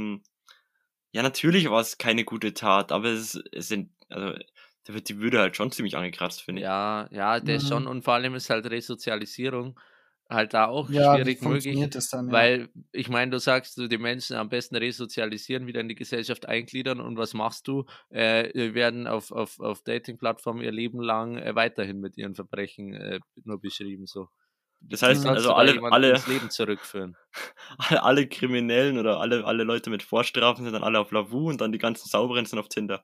ja, natürlich war es keine gute Tat, aber es sind, also da wird die Würde halt schon ziemlich angekratzt, finde ich. Ja, das schon und vor allem ist halt Resozialisierung halt da auch schwierig möglich, dann, weil ich meine, du sagst, du die Menschen am besten resozialisieren, wieder in die Gesellschaft eingliedern und was machst du? Werden auf Dating-Plattformen ihr Leben lang weiterhin mit ihren Verbrechen nur beschrieben, so. Das heißt, also alle ins Leben zurückführen. alle Kriminellen oder alle Leute mit Vorstrafen sind dann alle auf Lavu und dann die ganzen Sauberen sind auf Tinder.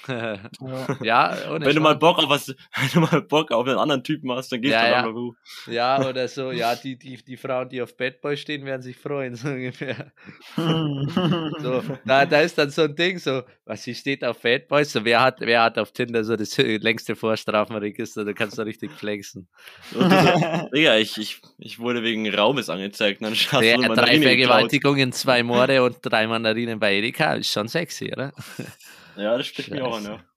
Ja, wenn du mal Bock auf einen anderen Typen hast, dann gehst du auf Lavu. Ja, oder so, ja, die Frauen, die auf Bad Boy stehen, werden sich freuen, so ungefähr. So, da ist dann so ein Ding, so, was, sie steht auf Bad Boys, so, wer hat auf Tinder so das längste Vorstrafenregister, da kannst du richtig flexen. Ja, ich wurde wegen Raumes angezeigt. Dann 3 Vergewaltigungen, 2 Morde und 3 Mandarinen bei Edeka. Ist schon sexy, oder? Ja, das spricht mich auch an, ja.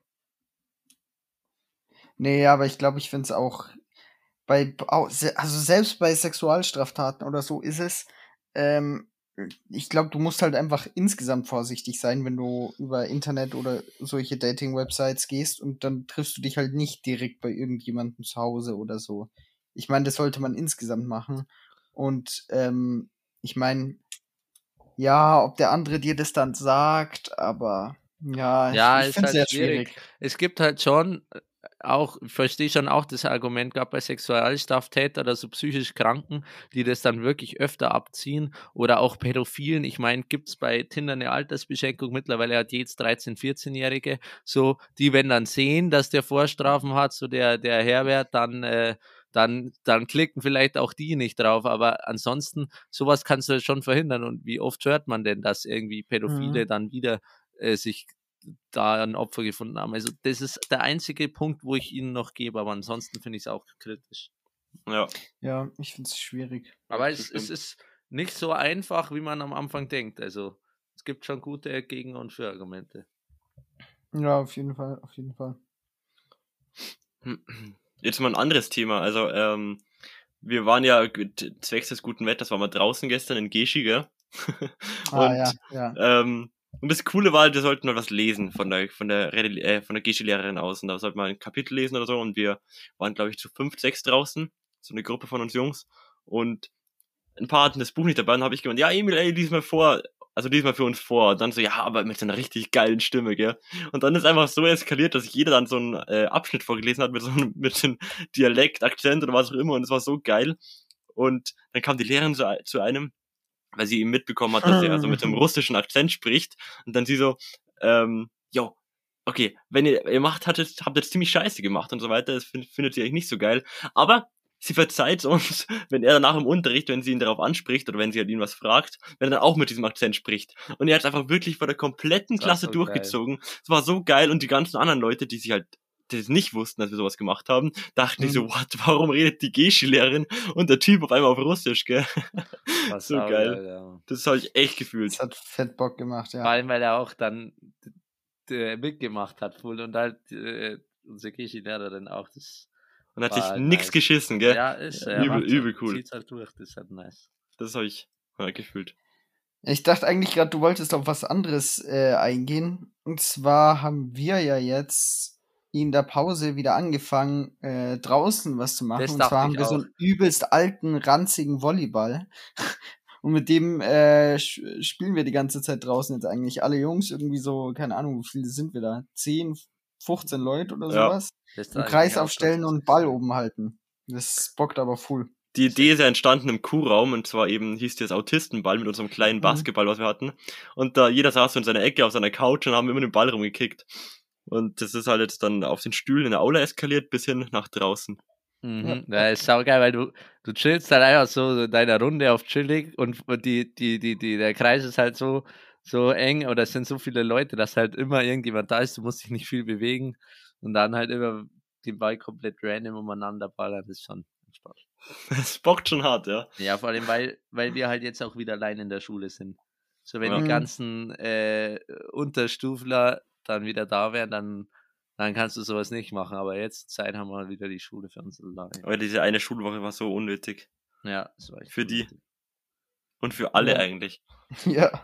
Nee, aber ich glaube, ich finde es auch also selbst bei Sexualstraftaten oder so ist es, ich glaube, du musst halt einfach insgesamt vorsichtig sein, wenn du über Internet oder solche Dating-Websites gehst und dann triffst du dich halt nicht direkt bei irgendjemandem zu Hause oder so. Ich meine, das sollte man insgesamt machen. Und ich meine, ja, ob der andere dir das dann sagt, aber ja, ich finde es halt sehr schwierig. Es gibt halt schon auch, ich verstehe schon auch das Argument, gerade bei Sexualstraftätern oder so psychisch Kranken, die das dann wirklich öfter abziehen oder auch Pädophilen. Ich meine, gibt es bei Tinder eine Altersbeschränkung? Mittlerweile hat jetzt 13-, 14-Jährige, so, die, wenn dann sehen, dass der Vorstrafen hat, so der Herbert, dann klicken vielleicht auch die nicht drauf, aber ansonsten, sowas kannst du schon verhindern. Und wie oft hört man denn, dass irgendwie Pädophile dann wieder sich da ein Opfer gefunden haben? Also das ist der einzige Punkt, wo ich ihnen noch gebe, aber ansonsten finde ich es auch kritisch. Ja, ich finde es schwierig. Aber es ist nicht so einfach, wie man am Anfang denkt. Also es gibt schon gute Gegen- und Für-Argumente. Ja, auf jeden Fall. Jetzt mal ein anderes Thema. Also, wir waren ja zwecks des guten Wetters, waren wir draußen gestern in Geschi, gell? Und das Coole war, wir sollten mal was lesen von der Geschi-Lehrerin aus. Und da sollten wir ein Kapitel lesen oder so. Und wir waren, glaube ich, zu 5, 6 draußen. So eine Gruppe von uns Jungs. Und ein paar hatten das Buch nicht dabei. Und habe ich gemeint, ja, Emil, lies mal vor. also diesmal für uns vor. Und dann so, ja, aber mit so einer richtig geilen Stimme, gell. Und dann ist einfach so eskaliert, dass jeder dann so einen Abschnitt vorgelesen hat mit so einem Dialekt, Akzent oder was auch immer. Und es war so geil. Und dann kam die Lehrerin zu einem, weil sie eben mitbekommen hat, dass er also mit einem russischen Akzent spricht. Und dann sie so, jo, okay, wenn ihr habt jetzt ziemlich scheiße gemacht und so weiter, das findet sie eigentlich nicht so geil. Aber sie verzeiht uns, wenn er danach im Unterricht, wenn sie ihn darauf anspricht oder wenn sie halt ihn was fragt, wenn er dann auch mit diesem Akzent spricht. Und er hat es einfach wirklich vor der kompletten Klasse so durchgezogen. Es war so geil und die ganzen anderen Leute, die es nicht wussten, dass wir sowas gemacht haben, dachten die so, warum redet die Geschi-Lehrerin und der Typ auf einmal auf Russisch, gell? So geil. Ja. Das habe ich echt gefühlt. Das hat fett Bock gemacht, ja. Vor allem, weil er auch dann mitgemacht hat, voll, und halt unsere Geschi-Lehrerin auch, das und hat sich nix geschissen, gell? Ja, ist übel cool. Zieht's halt durch, das ist halt nice. Das habe ich gefühlt. Ich dachte eigentlich gerade, du wolltest auf was anderes eingehen. Und zwar haben wir ja jetzt in der Pause wieder angefangen, draußen was zu machen. Und zwar haben wir so einen übelst alten, ranzigen Volleyball. Und mit dem spielen wir die ganze Zeit draußen jetzt eigentlich. Alle Jungs, irgendwie so, keine Ahnung, wie viele sind wir da? 10, 15 Leute oder sowas. Einen Kreis aufstellen und Ball oben halten. Das bockt aber full. Die Idee ist ja entstanden im Q-Raum, und zwar eben hieß das Autistenball mit unserem kleinen Basketball, was wir hatten. Und da jeder saß so in seiner Ecke auf seiner Couch und haben immer den Ball rumgekickt. Und das ist halt jetzt dann auf den Stühlen in der Aula eskaliert bis hin nach draußen. Ja, das ist saugeil, weil du chillst halt einfach so in deiner Runde auf chillig und der Kreis ist halt so eng, oder es sind so viele Leute, dass halt immer irgendjemand da ist, du musst dich nicht viel bewegen und dann halt immer den Ball komplett random umeinander ballern, das ist schon Spaß. Das bockt schon hart, ja. Ja, vor allem, weil wir halt jetzt auch wieder allein in der Schule sind. So, wenn die ganzen Unterstufler dann wieder da wären, dann kannst du sowas nicht machen. Aber jetzt Zeit haben wir wieder die Schule für uns allein. Aber diese eine Schulwoche war so unnötig. Ja, das war echt für unnötig. Die. Und für alle eigentlich. Ja.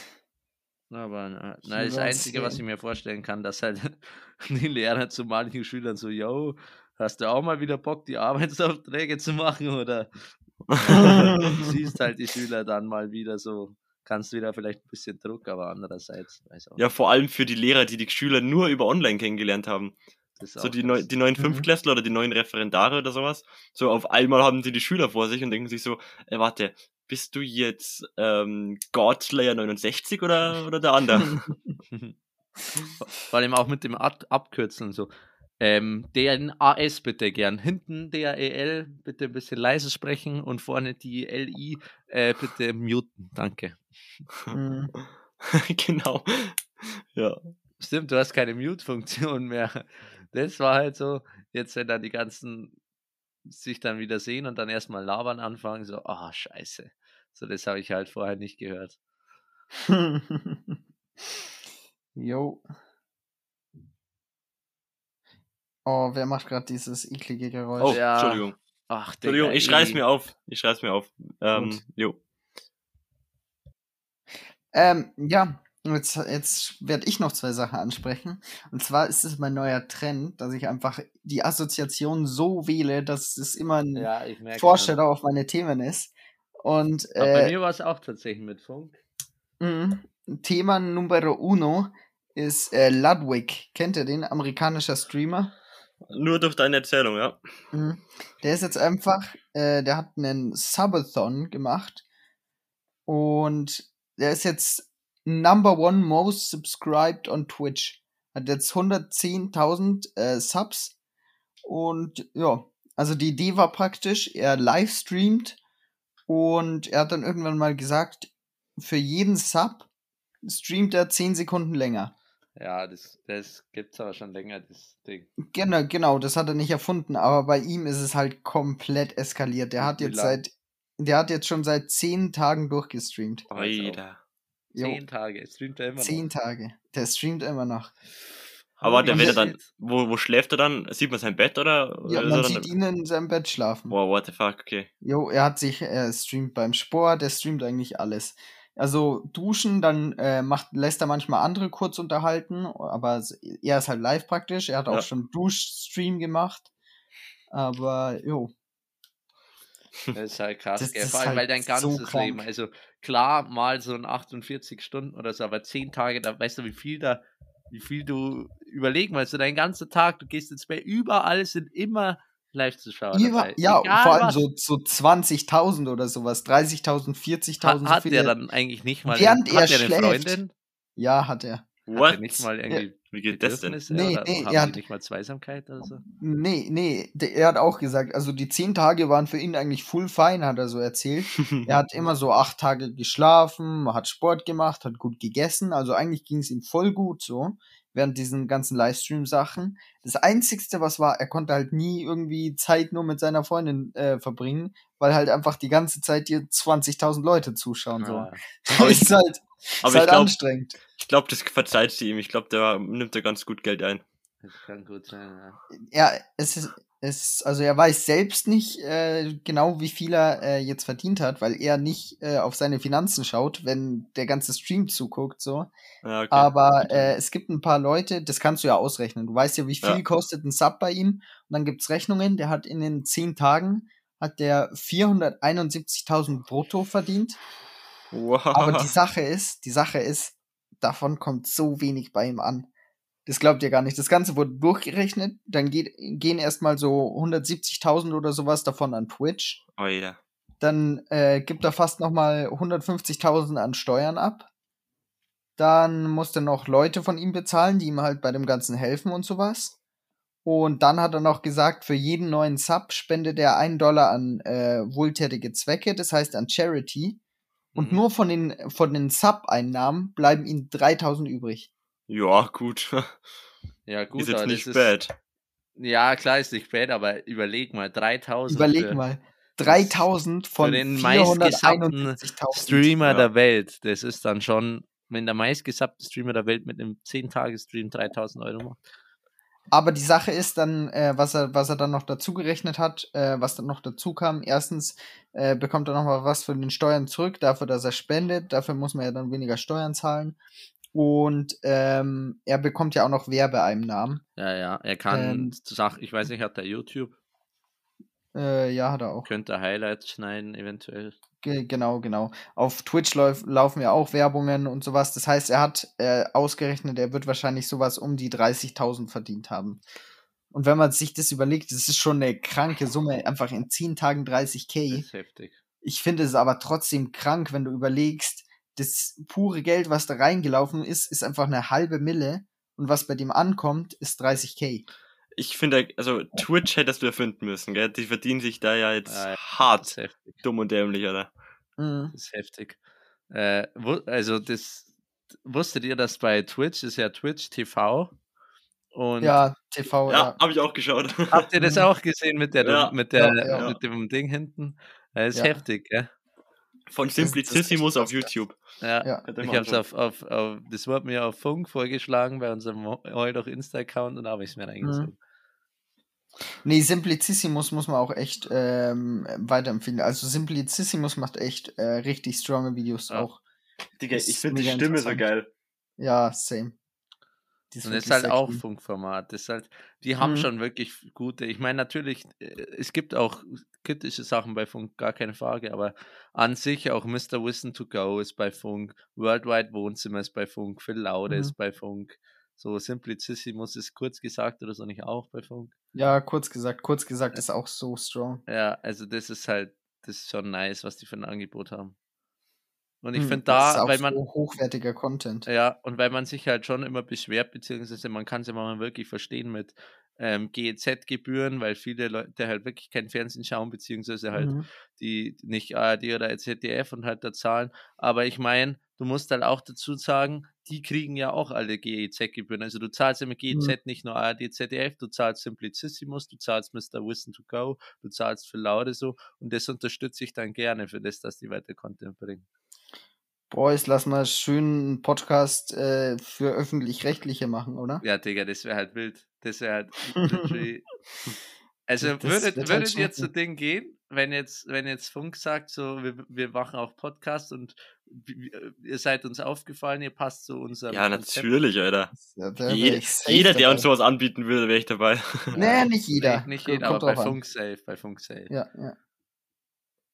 Aber das Einzige, was ich mir vorstellen kann, dass halt die Lehrer zu manchen Schülern so, yo, hast du auch mal wieder Bock, die Arbeitsaufträge zu machen? Oder siehst halt die Schüler dann mal wieder so, kannst wieder vielleicht ein bisschen Druck, aber andererseits weiß auch. Ja, vor allem für die Lehrer, die Schüler nur über online kennengelernt haben. So die neuen Fünftklässler oder die neuen Referendare oder sowas. So auf einmal haben sie die Schüler vor sich und denken sich so, warte, bist du jetzt Godslayer 69 oder der andere? Vor allem auch mit dem Abkürzeln so. DNAS bitte gern. Hinten DAEL bitte ein bisschen leise sprechen und vorne die LI bitte muten. Danke. Genau. Ja. Stimmt, du hast keine Mute-Funktion mehr. Das war halt so, jetzt wenn dann die ganzen sich dann wieder sehen und dann erstmal labern anfangen, so, scheiße. So, das habe ich halt vorher nicht gehört. Jo. Oh, wer macht gerade dieses eklige Geräusch? Oh, ja. Entschuldigung. Ach, Entschuldigung, ich schrei's mir auf. Jo. Ja, jetzt werde ich noch 2 Sachen ansprechen. Und zwar ist es mein neuer Trend, dass ich einfach die Assoziation so wähle, dass es immer ein Vorsteller auf meine Themen ist. Und bei mir war es auch tatsächlich mit Funk. Thema Numero 1 ist Ludwig. Kennt ihr den? Amerikanischer Streamer. Nur durch deine Erzählung, ja. Der ist jetzt einfach, der hat einen Subathon gemacht und der ist jetzt Number 1 most subscribed on Twitch. Hat jetzt 110.000 Subs und ja, also die Idee war praktisch, er livestreamt und er hat dann irgendwann mal gesagt, für jeden Sub streamt er 10 Sekunden länger. Ja, das gibt's aber schon länger, das Ding. Genau, das hat er nicht erfunden, aber bei ihm ist es halt komplett eskaliert. Der hat jetzt schon seit 10 Tagen durchgestreamt. Alter. 10 Tage, streamt er immer noch. 10 Tage, der streamt immer noch. Aber wenn er dann, wo schläft er dann? Sieht man sein Bett oder? Ja, man sieht ihn in seinem Bett schlafen. Wow, what the fuck, okay. Jo, er streamt beim Sport, er streamt eigentlich alles. Also duschen, dann lässt er manchmal andere kurz unterhalten, aber er ist halt live praktisch. Er hat auch schon Duschstream gemacht. Aber jo. Das ist halt krass, vor allem, weil dein ganzes Leben, also klar, mal so ein 48 Stunden oder so, aber 10 Tage, da weißt du, wie viel du überlegen, weil so dein ganzer Tag, du gehst ins Bett, überall sind immer Live-Zuschauer dabei. Ja, Egal vor allem was. so 20.000 oder sowas, 30.000, 40.000, so Hat viele. der dann eigentlich nicht mal, Während er hat der eine schläft. Freundin? Ja, hat er. Hat er nicht mal irgendwie Wie geht das denn? Bedürfnisse Nee, oder nee, haben die nicht mal Zweisamkeit oder so? Nee, er hat auch gesagt, also die 10 Tage waren für ihn eigentlich full fine, hat er so erzählt. Er hat immer so 8 Tage geschlafen, hat Sport gemacht, hat gut gegessen, also eigentlich ging es ihm voll gut so, während diesen ganzen Livestream-Sachen. Das Einzigste, was war, er konnte halt nie irgendwie Zeit nur mit seiner Freundin verbringen, weil halt einfach die ganze Zeit dir 20.000 Leute zuschauen, so. Ja. Aber ist halt ich glaub- anstrengend. Ich glaube, das verzeiht sie ihm. Ich glaube, der nimmt da ganz gut Geld ein. Das kann gut sein, ja. Ja, also er weiß selbst nicht genau, wie viel er jetzt verdient hat, weil er nicht auf seine Finanzen schaut, wenn der ganze Stream zuguckt, so. Ja, okay. Aber es gibt ein paar Leute, das kannst du ja ausrechnen. Du weißt ja, wie viel Ja. kostet ein Sub bei ihm. Und dann gibt's Rechnungen, der hat in den 10 Tagen hat der 471.000 brutto verdient. Wow. Aber die Sache ist, davon kommt so wenig bei ihm an. Das glaubt ihr gar nicht. Das Ganze wurde durchgerechnet, dann gehen erstmal so 170.000 oder sowas davon an Twitch. Oh ja. Dann gibt er fast nochmal 150.000 an Steuern ab. Dann musste noch Leute von ihm bezahlen, die ihm halt bei dem Ganzen helfen und sowas. Und dann hat er noch gesagt, für jeden neuen Sub spendet er $1 an wohltätige Zwecke, das heißt an Charity. Und nur von den Sub-Einnahmen bleiben ihm 3.000 übrig. Ja, gut. Ja, gut, Ist jetzt aber nicht das bad. Ja, klar ist nicht bad, aber überleg mal, 3.000 Überleg mal. 3.000 von für den meistgesuppten 471.000. Streamer Ja. der Welt. Das ist dann schon, wenn der meistgesuppte Streamer der Welt mit einem 10-Tage-Stream 3.000 Euro macht. Aber die Sache ist dann, was er dann noch dazu gerechnet hat, was dann noch dazu kam. Erstens bekommt er noch mal was von den Steuern zurück, dafür, dass er spendet. Dafür muss man ja dann weniger Steuern zahlen. Und er bekommt ja auch noch Werbeeinnahmen. Ja, er kann Sachen, ich weiß nicht, hat er YouTube? Ja, hat er auch. Könnte er Highlights schneiden, eventuell. Genau. Auf Twitch laufen ja auch Werbungen und sowas. Das heißt, er hat ausgerechnet, er wird wahrscheinlich sowas um die 30.000 verdient haben. Und wenn man sich das überlegt, das ist schon eine kranke Summe, einfach in 10 Tagen 30.000. Das ist heftig. Ich finde es aber trotzdem krank, wenn du überlegst, das pure Geld, was da reingelaufen ist einfach eine halbe Mille. Und was bei dem ankommt, ist 30.000. Ich finde, also Twitch hättest du erfinden müssen, gell? Die verdienen sich da ja jetzt Das hart ist heftig. dumm und dämlich, oder? Mhm. Das ist heftig. Also wusstet ihr, dass bei Twitch ist ja Twitch TV? Und Ja, TV, Ja, habe ich auch geschaut. habt ihr das auch gesehen mit Ja, mit ja. dem Ding hinten? Das ist Ja. heftig, gell? Von Das Simplicissimus ist echt auf YouTube. Ja. Könnt ihr Ich mal habe es das wurde mir auf Funk vorgeschlagen bei unserem heute auch Insta-Account und da habe ich es mir reingezogen. Nee, Simplicissimus muss man auch echt weiterempfehlen. Also Simplicissimus macht echt richtig stronge Videos Ja. auch. Digga, Das ich ist finde die mega Stimme so interessant. geil. Ja, same. Die Und das wirklich ist halt sehr auch clean. Funkformat. Das ist halt, die haben Mhm. schon wirklich gute. Ich meine, natürlich, es gibt auch kritische Sachen bei Funk, gar keine Frage, aber an sich auch Mr. Wissen to Go ist bei Funk, Worldwide Wohnzimmer ist bei Funk, Phil Laude Mhm. ist bei Funk, so Simplicissimus ist kurz gesagt oder so nicht auch bei Funk. Ja, kurz gesagt ist auch so strong. Ja, also das ist schon nice, was die für ein Angebot haben. Und ich Mhm, finde das ist da, auch weil so man, hochwertiger Content. ja, und weil man sich halt schon immer beschwert, beziehungsweise man kann es ja mal wirklich verstehen mit GEZ-Gebühren, weil viele Leute halt wirklich kein Fernsehen schauen, beziehungsweise halt Mhm. die nicht ARD oder ZDF und halt da zahlen. Aber ich meine, du musst halt auch dazu sagen, die kriegen ja auch alle GEZ-Gebühren. Also du zahlst ja mit GEZ nicht nur ARD, ZDF, du zahlst Simplicissimus, du zahlst Mr. Wissen to Go, du zahlst für Laude so und das unterstütze ich dann gerne für das, dass die weiter Content bringen. Boys, lass mal schön einen Podcast für Öffentlich-Rechtliche machen, oder? Ja, Digga, das wäre halt wild. Das wäre halt literally. Also Das wird halt würdet schon ihr zu cool. Ding gehen, wenn jetzt Funk sagt, so, wir machen auch Podcasts und ihr seid uns aufgefallen, ihr passt zu unserem Ja, Konzept. natürlich, Alter. Da wär Jeder, ich safe jeder, der dabei. uns sowas anbieten würde, wäre ich dabei. Nee, nicht jeder. Nicht Kommt jeder, aber bei drauf an. Funk safe, bei Funk safe. Ja.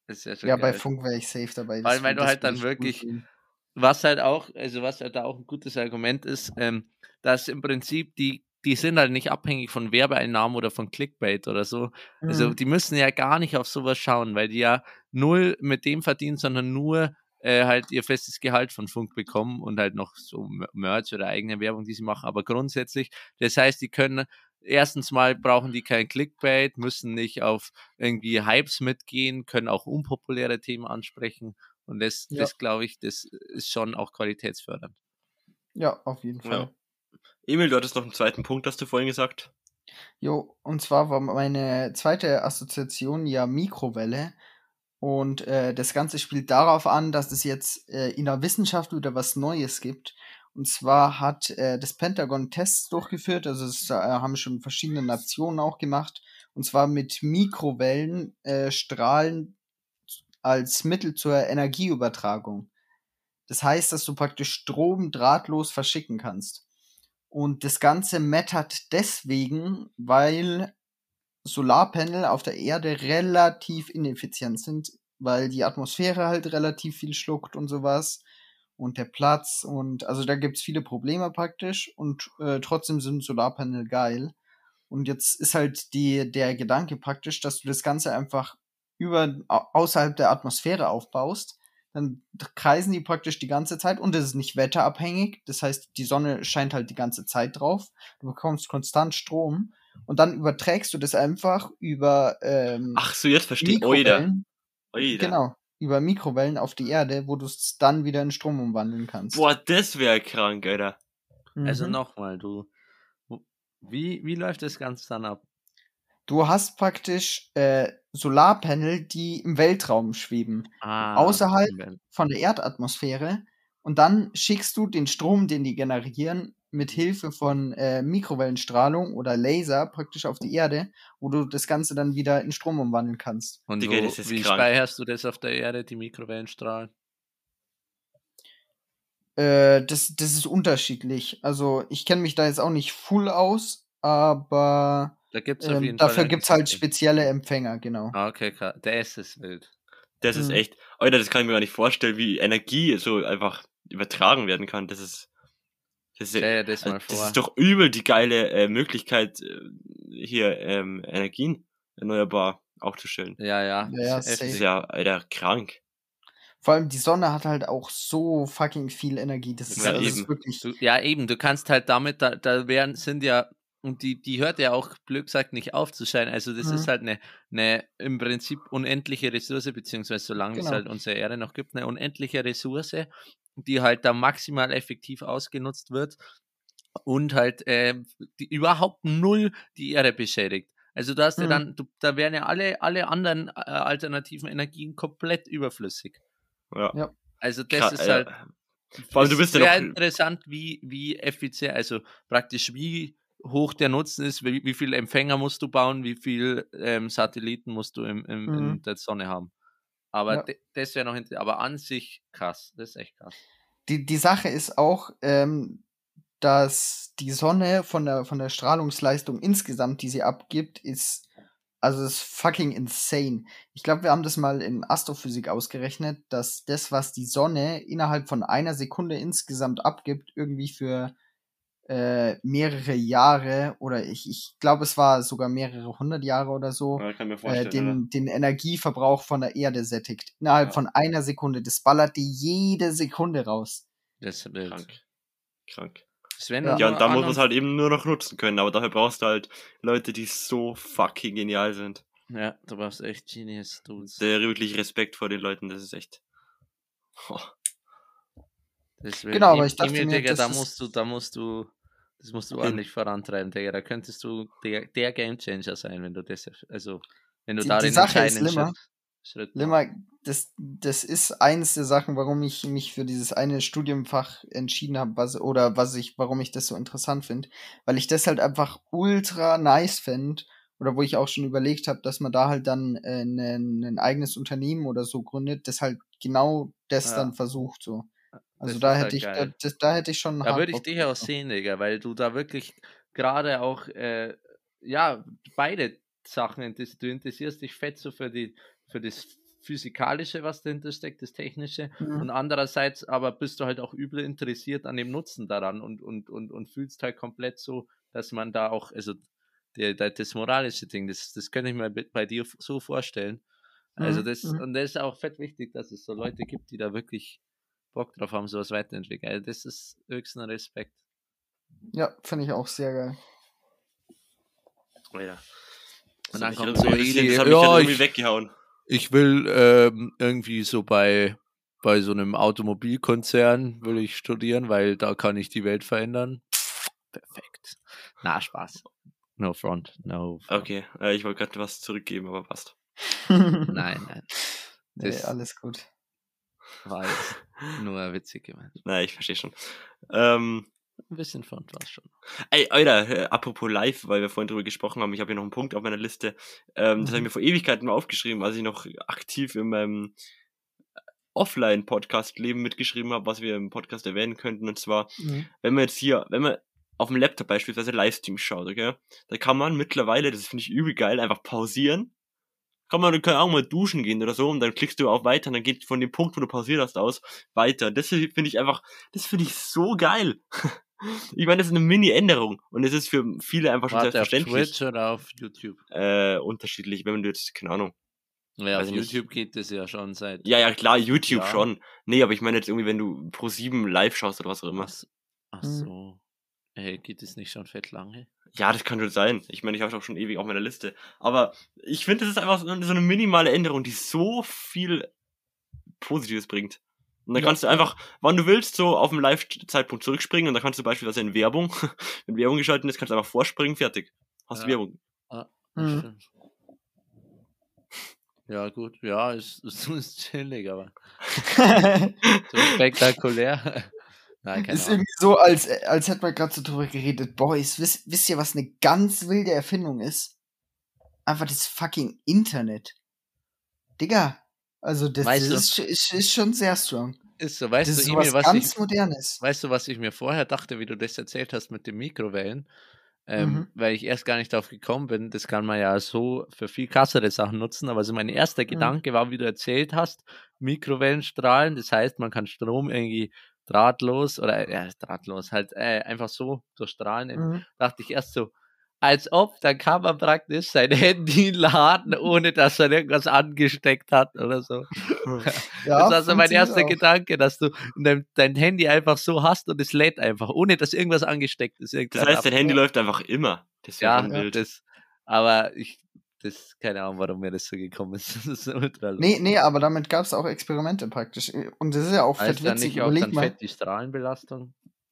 Das ist ja schon Ja, geil. bei Funk wäre ich safe dabei. Vor allem, weil du halt dann wirklich, was halt auch ein gutes Argument ist, dass im Prinzip die sind halt nicht abhängig von Werbeeinnahmen oder von Clickbait oder so. Also die müssen ja gar nicht auf sowas schauen, weil die ja null mit dem verdienen, sondern nur halt ihr festes Gehalt von Funk bekommen und halt noch so Merch oder eigene Werbung, die sie machen. Aber grundsätzlich, das heißt, die können, erstens mal brauchen die kein Clickbait, müssen nicht auf irgendwie Hypes mitgehen, können auch unpopuläre Themen ansprechen. Und das glaube ich, das ist schon auch qualitätsfördernd. Ja, auf jeden Fall. Ja. Emil, du hattest noch einen zweiten Punkt, hast du vorhin gesagt. Jo, und zwar war meine zweite Assoziation ja Mikrowelle. Und das Ganze spielt darauf an, dass es jetzt in der Wissenschaft wieder was Neues gibt. Und zwar hat das Pentagon Tests durchgeführt, also das haben schon verschiedene Nationen auch gemacht, und zwar mit Mikrowellenstrahlen als Mittel zur Energieübertragung. Das heißt, dass du praktisch Strom drahtlos verschicken kannst. Und das Ganze mattert deswegen, weil Solarpanel auf der Erde relativ ineffizient sind, weil die Atmosphäre halt relativ viel schluckt und sowas und der Platz und also da gibt's viele Probleme praktisch und trotzdem sind Solarpanel geil. Und jetzt ist halt der Gedanke praktisch, dass du das Ganze einfach außerhalb der Atmosphäre aufbaust. Dann kreisen die praktisch die ganze Zeit und es ist nicht wetterabhängig. Das heißt, die Sonne scheint halt die ganze Zeit drauf. Du bekommst konstant Strom und dann überträgst du das einfach über Ach so, jetzt verstehe ich. Mikrowellen. Genau, über Mikrowellen auf die Erde, wo du es dann wieder in Strom umwandeln kannst. Boah, das wäre krank, Alter. Also nochmal, wie läuft das Ganze dann ab? Du hast praktisch Solarpanel, die im Weltraum schweben, außerhalb von der Erdatmosphäre. Und dann schickst du den Strom, den die generieren, mit Hilfe von Mikrowellenstrahlung oder Laser praktisch auf die Erde, wo du das Ganze dann wieder in Strom umwandeln kannst. Und wie speicherst du das auf der Erde, die Mikrowellenstrahlen? Das ist unterschiedlich. Also ich kenne mich da jetzt auch nicht full aus, aber da gibt's auf jeden dafür gibt es halt spezielle Empfänger, genau. Ah, okay, klar. Das ist wild. Das ist echt, Alter, das kann ich mir gar nicht vorstellen, wie Energie so einfach übertragen werden kann. Das ist doch übel die geile Möglichkeit, hier Energien erneuerbar aufzustellen. Ja. Das ist ja, Alter, krank. Vor allem die Sonne hat halt auch so fucking viel Energie. Das ist, ist wirklich. Du kannst halt damit, sind ja, und die hört ja auch, blöd gesagt, nicht auf zu scheinen. Also das ist halt eine im Prinzip unendliche Ressource, beziehungsweise solange es halt unsere Erde noch gibt, eine unendliche Ressource, die halt da maximal effektiv ausgenutzt wird und halt die überhaupt null die Erde beschädigt. Also da hast du dann, da wären ja alle anderen alternativen Energien komplett überflüssig. Ja. Also das ist halt. Vor allem, du bist ja noch interessant, wie effizient, also praktisch wie hoch der Nutzen ist, wie viele Empfänger musst du bauen, wie viel Satelliten musst du in der Sonne haben. Aber das wäre noch aber an sich krass, das ist echt krass. Die Sache ist auch, dass die Sonne von der Strahlungsleistung insgesamt, die sie abgibt, ist fucking insane. Ich glaube, wir haben das mal in Astrophysik ausgerechnet, dass das, was die Sonne innerhalb von einer Sekunde insgesamt abgibt, irgendwie für mehrere Jahre oder ich glaube, es war sogar mehrere 100 Jahre oder so, kann mir vorstellen, den Energieverbrauch von der Erde sättigt. Innerhalb von einer Sekunde. Das ballert die jede Sekunde raus. Das ist wild. Krank. Ja, und da muss man es halt eben nur noch nutzen können, aber dafür brauchst du halt Leute, die so fucking genial sind. Ja, du brauchst echt Genius Dudes. Der wirklich Respekt vor den Leuten, das ist echt. Genau, aber ich dachte mir, das musst du ordentlich vorantreiben, Digga. Da könntest du der Gamechanger sein, wenn du das, also wenn du da den entscheidenden Schritt Limmer, das ist eins der Sachen, warum ich mich für dieses eine Studienfach entschieden habe, warum ich das so interessant finde, weil ich das halt einfach ultra nice fände, oder wo ich auch schon überlegt habe, dass man da halt dann ein eigenes Unternehmen oder so gründet, das halt genau das dann versucht, so. Also da hätte ich schon. Da würde ich dich auch sehen, Digga, weil du da wirklich gerade auch, beide Sachen, du interessierst dich fett so für Physikalische, was dahinter steckt, das Technische. Und andererseits aber bist du halt auch übel interessiert an dem Nutzen daran und fühlst halt komplett so, dass man da auch, also das moralische Ding, das könnte ich mir bei dir so vorstellen. Also und das ist auch fett wichtig, dass es so Leute gibt, die da wirklich Bock drauf haben, sowas weiterentwickeln. Also das ist höchsten Respekt. Ja, finde ich auch sehr geil. Oh ja. Und dann kommt so Eli, das hat mich dann irgendwie weggehauen. Ich will irgendwie so bei so einem Automobilkonzern will ich studieren, weil da kann ich die Welt verändern. Perfekt. Na, Spaß. No front. Okay, ich wollte gerade was zurückgeben, aber passt. Nein. Nee, alles gut. War jetzt nur witzig gemeint. Nein, ich verstehe schon. Ein bisschen Front war es schon. Ey, Alter, apropos live, weil wir vorhin drüber gesprochen haben, ich habe hier noch einen Punkt auf meiner Liste. Das habe ich mir vor Ewigkeiten mal aufgeschrieben, als ich noch aktiv in meinem Offline-Podcast-Leben mitgeschrieben habe, was wir im Podcast erwähnen könnten. Und zwar, wenn man auf dem Laptop beispielsweise Livestream schaut, okay, da kann man mittlerweile, das finde ich übel geil, einfach pausieren. Kann auch mal duschen gehen oder so und dann klickst du auf weiter und dann geht von dem Punkt, wo du pausiert hast, aus weiter. Das finde ich so geil. Ich meine, das ist eine Mini-Änderung und es ist für viele einfach schon selbstverständlich. Auf Twitch oder auf YouTube? Unterschiedlich, wenn du jetzt, keine Ahnung. Ja, auf YouTube geht das ja schon seit... Ja, klar, YouTube schon. Nee, aber ich meine jetzt irgendwie, wenn du Pro7 live schaust oder was auch immer. Ach so. Hey, geht es nicht schon fett lange? Ja, das kann schon sein. Ich meine, ich habe es auch schon ewig auf meiner Liste. Aber ich finde, das ist einfach so eine minimale Änderung, die so viel Positives bringt. Und dann kannst du einfach, wann du willst, so auf den Live-Zeitpunkt zurückspringen und dann kannst du beispielsweise in Werbung, wenn Werbung geschaltet ist, kannst du einfach vorspringen, fertig. Hast du Werbung. Stimmt. Ja, gut. Ja, ist chillig, aber so spektakulär. Nein, keine ist irgendwie so, als hätte man gerade so drüber geredet. Boys, wisst ihr, was eine ganz wilde Erfindung ist? Einfach das fucking Internet. Digga, also das ist schon sehr strong. Ist so, weißt das du, ist Emil, was ganz Modernes. Weißt du, was ich mir vorher dachte, wie du das erzählt hast mit den Mikrowellen? Weil ich erst gar nicht drauf gekommen bin, das kann man ja so für viel krassere Sachen nutzen, aber so mein erster Gedanke war, wie du erzählt hast, Mikrowellenstrahlen, das heißt, man kann Strom irgendwie drahtlos halt einfach so durch Strahlen, dachte ich erst so, als ob, dann kann man praktisch sein Handy laden, ohne dass er irgendwas angesteckt hat oder so. Ja, das war so mein erster Gedanke, dass du dein Handy einfach so hast und es lädt einfach, ohne dass irgendwas angesteckt ist. Das heißt, dein Handy läuft einfach immer. Das wäre schon wild. Keine Ahnung, warum mir das so gekommen ist. Das ist ultra nee, aber damit gab es auch Experimente praktisch. Und das ist ja auch fett witzig. Überleg mal. Fett die Strahlenbelastung?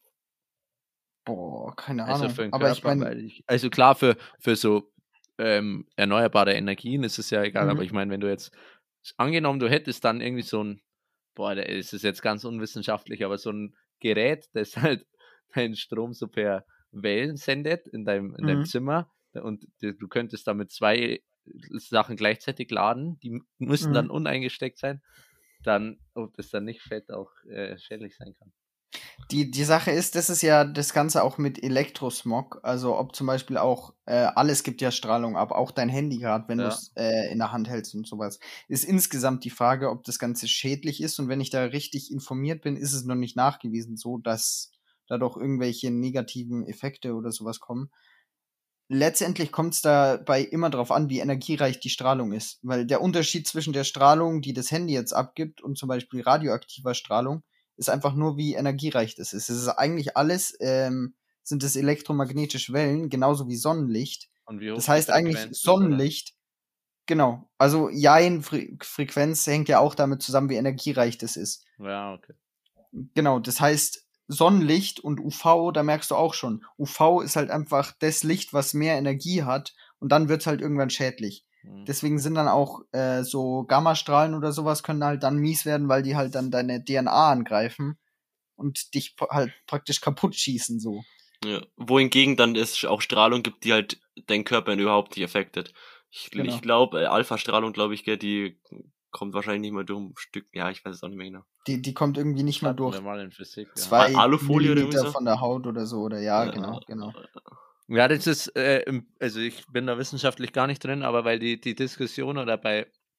Boah, keine Ahnung. Also für den Körper, aber ich meine, also klar, für so erneuerbare Energien ist es ja egal, aber ich meine, wenn du jetzt, angenommen, du hättest dann irgendwie so ein, es ist jetzt ganz unwissenschaftlich, aber so ein Gerät, das halt deinen Strom so per Wellen sendet in deinem Zimmer und du könntest damit 2 Sachen gleichzeitig laden, die müssten dann uneingesteckt sein, dann, ob das dann nicht fett auch schädlich sein kann. Die Sache ist, das ist ja das Ganze auch mit Elektrosmog, also ob zum Beispiel auch, alles gibt ja Strahlung ab, auch dein Handy gerade, wenn du es in der Hand hältst und sowas, ist insgesamt die Frage, ob das Ganze schädlich ist und wenn ich da richtig informiert bin, ist es noch nicht nachgewiesen so, dass da doch irgendwelche negativen Effekte oder sowas kommen. Letztendlich kommt es dabei immer darauf an, wie energiereich die Strahlung ist, weil der Unterschied zwischen der Strahlung, die das Handy jetzt abgibt und zum Beispiel radioaktiver Strahlung, ist einfach nur, wie energiereich das ist. Es ist eigentlich alles, sind es elektromagnetische Wellen, genauso wie Sonnenlicht. Und wie hoch das heißt eigentlich Sonnenlicht, genau, also Frequenz hängt ja auch damit zusammen, wie energiereich das ist. Ja, okay. Genau, das heißt Sonnenlicht und UV, da merkst du auch schon, UV ist halt einfach das Licht, was mehr Energie hat und dann wird's halt irgendwann schädlich. Deswegen sind dann auch so Gammastrahlen oder sowas können halt dann mies werden, weil die halt dann deine DNA angreifen und dich halt praktisch kaputt schießen so. Ja, wohingegen dann es auch Strahlung gibt, die halt deinen Körper überhaupt nicht affectet. Ich glaube, Alpha-Strahlung, glaube ich, die kommt wahrscheinlich nicht mal durch ein Stück. Ja, ich weiß es auch nicht mehr genau. Die kommt irgendwie nicht mal durch. Mal in Physik, 2 Alufolie oder Millimeter von der Haut oder so oder genau. Ja, das ist, also ich bin da wissenschaftlich gar nicht drin, aber weil die Diskussion oder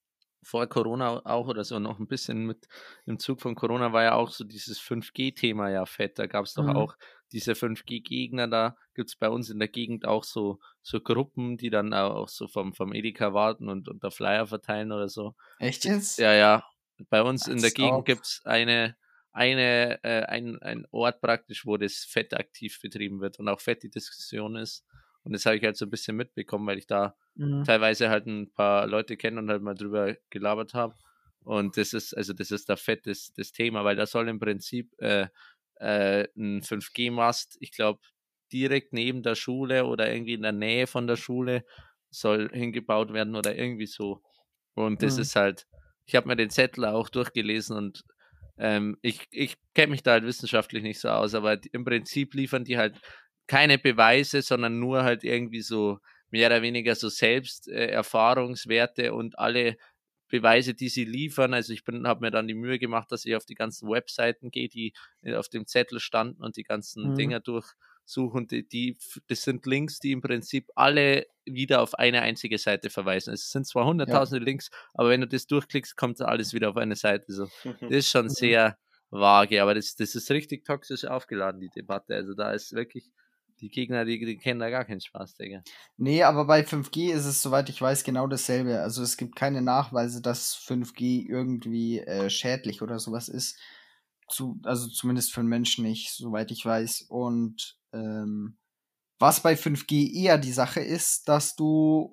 vor Corona auch oder so noch ein bisschen mit im Zug von Corona war ja auch so dieses 5G-Thema ja fett. Da gab es doch auch diese 5G-Gegner. Da gibt es bei uns in der Gegend auch so Gruppen, die dann auch so vom Edeka warten und da Flyer verteilen oder so. Echt jetzt? Ja. Bei uns in der Als Gegend ob. gibt es ein Ort praktisch, wo das fett aktiv betrieben wird und auch fett die Diskussion ist. Und das habe ich halt so ein bisschen mitbekommen, weil ich da teilweise halt ein paar Leute kenne und halt mal drüber gelabert habe. Und das ist da fett das Thema, weil da soll im Prinzip ein 5G-Mast, ich glaube, direkt neben der Schule oder irgendwie in der Nähe von der Schule soll hingebaut werden oder irgendwie so. Und das ist halt, ich habe mir den Zettel auch durchgelesen und ich kenne mich da halt wissenschaftlich nicht so aus, aber im Prinzip liefern die halt keine Beweise, sondern nur halt irgendwie so mehr oder weniger so selbst Erfahrungswerte und alle Beweise, die sie liefern. Also ich habe mir dann die Mühe gemacht, dass ich auf die ganzen Webseiten gehe, die auf dem Zettel standen und die ganzen Dinger durchsuche. Und das sind Links, die im Prinzip alle wieder auf eine einzige Seite verweisen. Es sind zwar hunderttausende Links, aber wenn du das durchklickst, kommt alles wieder auf eine Seite. So. Das ist schon sehr vage, aber das ist richtig toxisch aufgeladen, die Debatte. Also da ist wirklich, die Gegner, die kennen da gar keinen Spaß, Digga. Nee, aber bei 5G ist es, soweit ich weiß, genau dasselbe. Also es gibt keine Nachweise, dass 5G irgendwie schädlich oder sowas ist. Also zumindest für einen Menschen nicht, soweit ich weiß. Und was bei 5G eher die Sache ist, dass du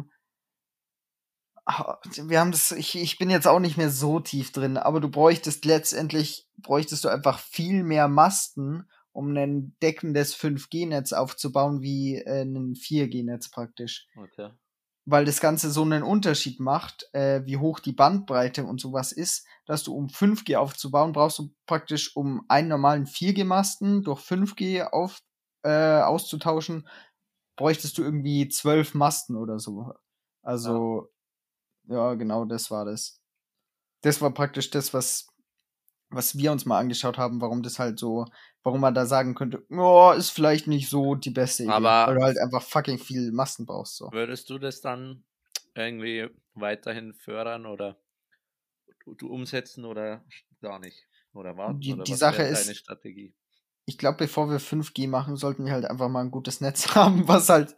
wir haben das, ich bin jetzt auch nicht mehr so tief drin, aber bräuchtest du einfach viel mehr Masten, um ein deckendes 5G-Netz aufzubauen, wie ein 4G-Netz praktisch. Okay. Weil das Ganze so einen Unterschied macht, wie hoch die Bandbreite und sowas ist, dass du, um 5G aufzubauen, brauchst du praktisch, um einen normalen 4G-Masten durch 5G auszutauschen, bräuchtest du irgendwie 12 Masten oder so. Also, ja, genau, das war das. Das war praktisch das, was wir uns mal angeschaut haben, warum man da sagen könnte, oh, ist vielleicht nicht so die beste Idee. Aber weil du halt einfach fucking viel Masten brauchst. So. Würdest du das dann irgendwie weiterhin fördern oder du umsetzen oder gar nicht? Oder warten? Die Oder was Sache wäre deine ist, Strategie? ich glaube, bevor wir 5G machen, sollten wir halt einfach mal ein gutes Netz haben, was halt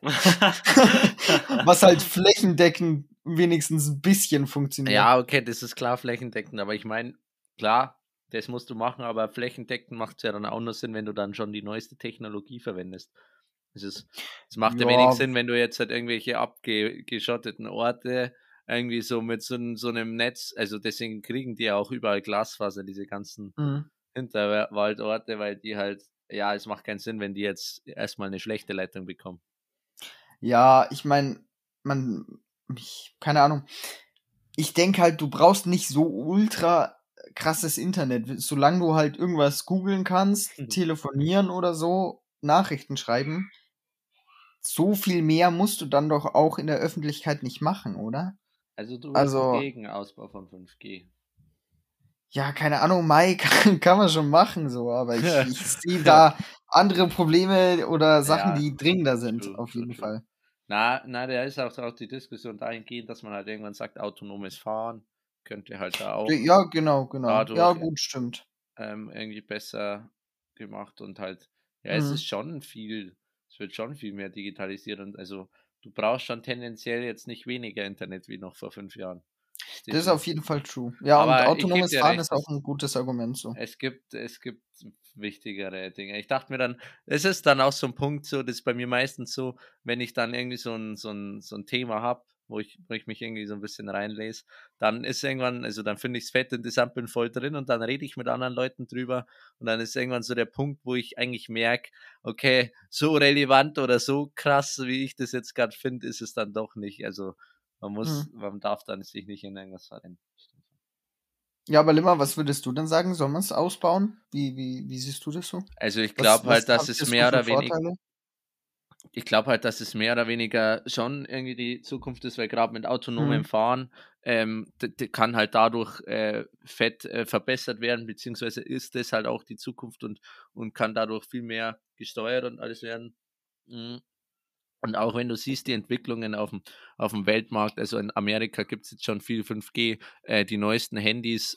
flächendeckend wenigstens ein bisschen funktioniert. Ja, okay, das ist klar flächendeckend, aber ich meine, klar, das musst du machen, aber flächendeckend macht es ja dann auch nur Sinn, wenn du dann schon die neueste Technologie verwendest. Es macht ja wenig Sinn, wenn du jetzt halt irgendwelche abgeschotteten Orte irgendwie so mit so einem Netz, also deswegen kriegen die ja auch überall Glasfaser, diese ganzen Hinterwaldorte, weil die halt, ja, es macht keinen Sinn, wenn die jetzt erstmal eine schlechte Leitung bekommen. Ja, ich meine, keine Ahnung. Ich denke halt, du brauchst nicht so ultra krasses Internet. Solange du halt irgendwas googeln kannst, telefonieren oder so, Nachrichten schreiben, so viel mehr musst du dann doch auch in der Öffentlichkeit nicht machen, oder? Also du bist gegen Ausbau von 5G. Ja, keine Ahnung, Mai kann man schon machen, so, aber ich sehe da andere Probleme oder Sachen, die dringender sind, auf jeden Fall. Na, da ist auch die Diskussion dahingehend, dass man halt irgendwann sagt, autonomes Fahren könnte halt da auch Ja, genau. dadurch Ja, gut, stimmt. irgendwie besser gemacht und halt, ja, es wird schon viel mehr digitalisiert und also du brauchst schon tendenziell jetzt nicht weniger Internet wie noch vor 5 Jahren. Das ist auf jeden Fall true. Ja, aber und autonomes Fahren ist auch ein gutes Argument so. Es gibt wichtigere Dinge. Ich dachte mir dann, es ist dann auch so ein Punkt so, das ist bei mir meistens so, wenn ich dann irgendwie so ein Thema habe, wo ich mich irgendwie so ein bisschen reinlese, dann ist irgendwann, also dann finde ich es fett interessant, bin voll drin und dann rede ich mit anderen Leuten drüber und dann ist irgendwann so der Punkt, wo ich eigentlich merke, okay, so relevant oder so krass, wie ich das jetzt gerade finde, ist es dann doch nicht. Also man darf dann sich nicht in irgendwas verrennen. Ja, aber Limmer, was würdest du denn sagen? Soll man es ausbauen? Wie siehst du das so? Also ich glaube halt, dass es mehr oder weniger. Vorteile? Ich glaube halt, dass es mehr oder weniger schon irgendwie die Zukunft ist, weil gerade mit autonomem Fahren kann halt dadurch fett verbessert werden, beziehungsweise ist das halt auch die Zukunft und kann dadurch viel mehr gesteuert und alles werden. Und auch wenn du siehst, die Entwicklungen auf dem Weltmarkt, also in Amerika gibt es jetzt schon viel 5G, die neuesten Handys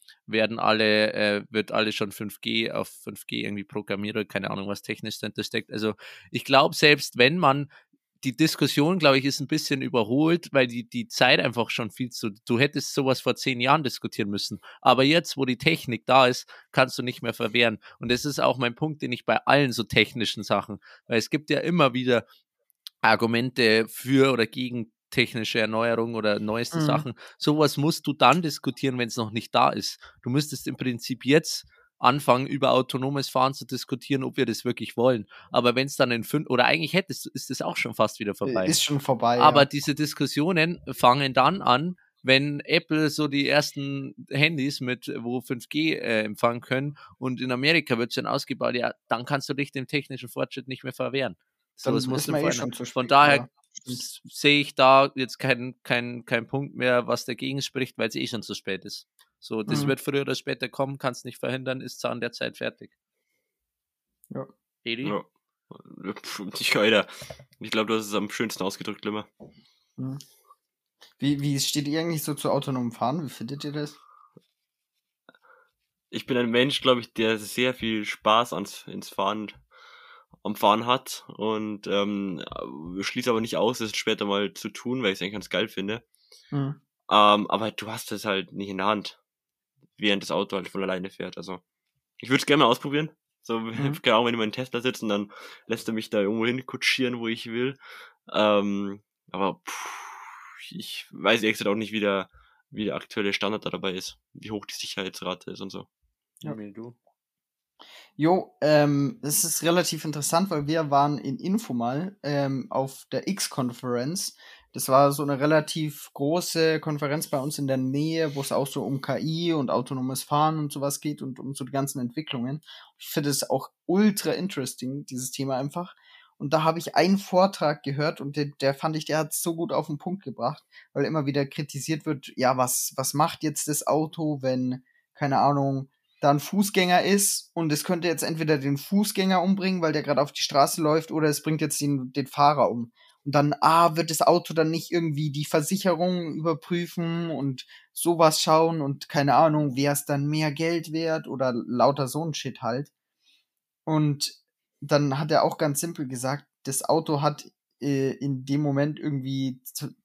wird alle schon 5G auf 5G irgendwie programmiert, keine Ahnung, was technisch dahinter steckt. Also ich glaube, selbst wenn man die Diskussion, glaube ich, ist ein bisschen überholt, weil die Zeit einfach schon du hättest sowas vor 10 Jahren diskutieren müssen. Aber jetzt, wo die Technik da ist, kannst du nicht mehr verwehren. Und das ist auch mein Punkt, den ich bei allen so technischen Sachen, weil es gibt ja immer wieder Argumente für oder gegen technische Erneuerung oder neueste Sachen. Sowas musst du dann diskutieren, wenn es noch nicht da ist. Du müsstest im Prinzip jetzt anfangen, über autonomes Fahren zu diskutieren, ob wir das wirklich wollen. Aber wenn es dann in 5 oder eigentlich ist es auch schon fast wieder vorbei. Ist schon vorbei, aber diese Diskussionen fangen dann an, wenn Apple so die ersten Handys wo 5G empfangen können und in Amerika wird es schon ausgebaut, ja, dann kannst du dich dem technischen Fortschritt nicht mehr verwehren. So, es muss schon zu spät. Von daher sehe ich da jetzt keinen Punkt mehr, was dagegen spricht, weil es eh schon zu spät ist. So, das wird früher oder später kommen, kann es nicht verhindern, ist zwar an der Zeit fertig. Ja. Edi? Ja. Ich glaube, du hast es am schönsten ausgedrückt, Limmer. Wie steht ihr eigentlich so zu autonomem Fahren? Wie findet ihr das? Ich bin ein Mensch, glaube ich, der sehr viel Spaß am Fahren hat und schließe aber nicht aus, es später mal zu tun, weil ich es eigentlich ganz geil finde. Aber du hast es halt nicht in der Hand, während das Auto halt von alleine fährt. Also ich würde es gerne mal ausprobieren. So, keine Ahnung, wenn ich mal in Tesla sitze und dann lässt er mich da irgendwo hin kutschieren, wo ich will. Aber ich weiß ehrlich gesagt auch nicht, wie der aktuelle Standard da dabei ist, wie hoch die Sicherheitsrate ist und so. Ja. Jo, es ist relativ interessant, weil wir waren in Info mal auf der X-Konferenz. Das war so eine relativ große Konferenz bei uns in der Nähe, wo es auch so um KI und autonomes Fahren und sowas geht und um so die ganzen Entwicklungen. Ich finde es auch ultra interesting, dieses Thema einfach. Und da habe ich einen Vortrag gehört und der fand ich, der hat es so gut auf den Punkt gebracht, weil immer wieder kritisiert wird, ja, was macht jetzt das Auto, wenn, keine Ahnung, da ein Fußgänger ist und es könnte jetzt entweder den Fußgänger umbringen, weil der gerade auf die Straße läuft, oder es bringt jetzt den Fahrer um. Und dann, wird das Auto dann nicht irgendwie die Versicherung überprüfen und sowas schauen und keine Ahnung, wer es dann mehr Geld wert oder lauter so ein Shit halt. Und dann hat er auch ganz simpel gesagt, das Auto hat in dem Moment irgendwie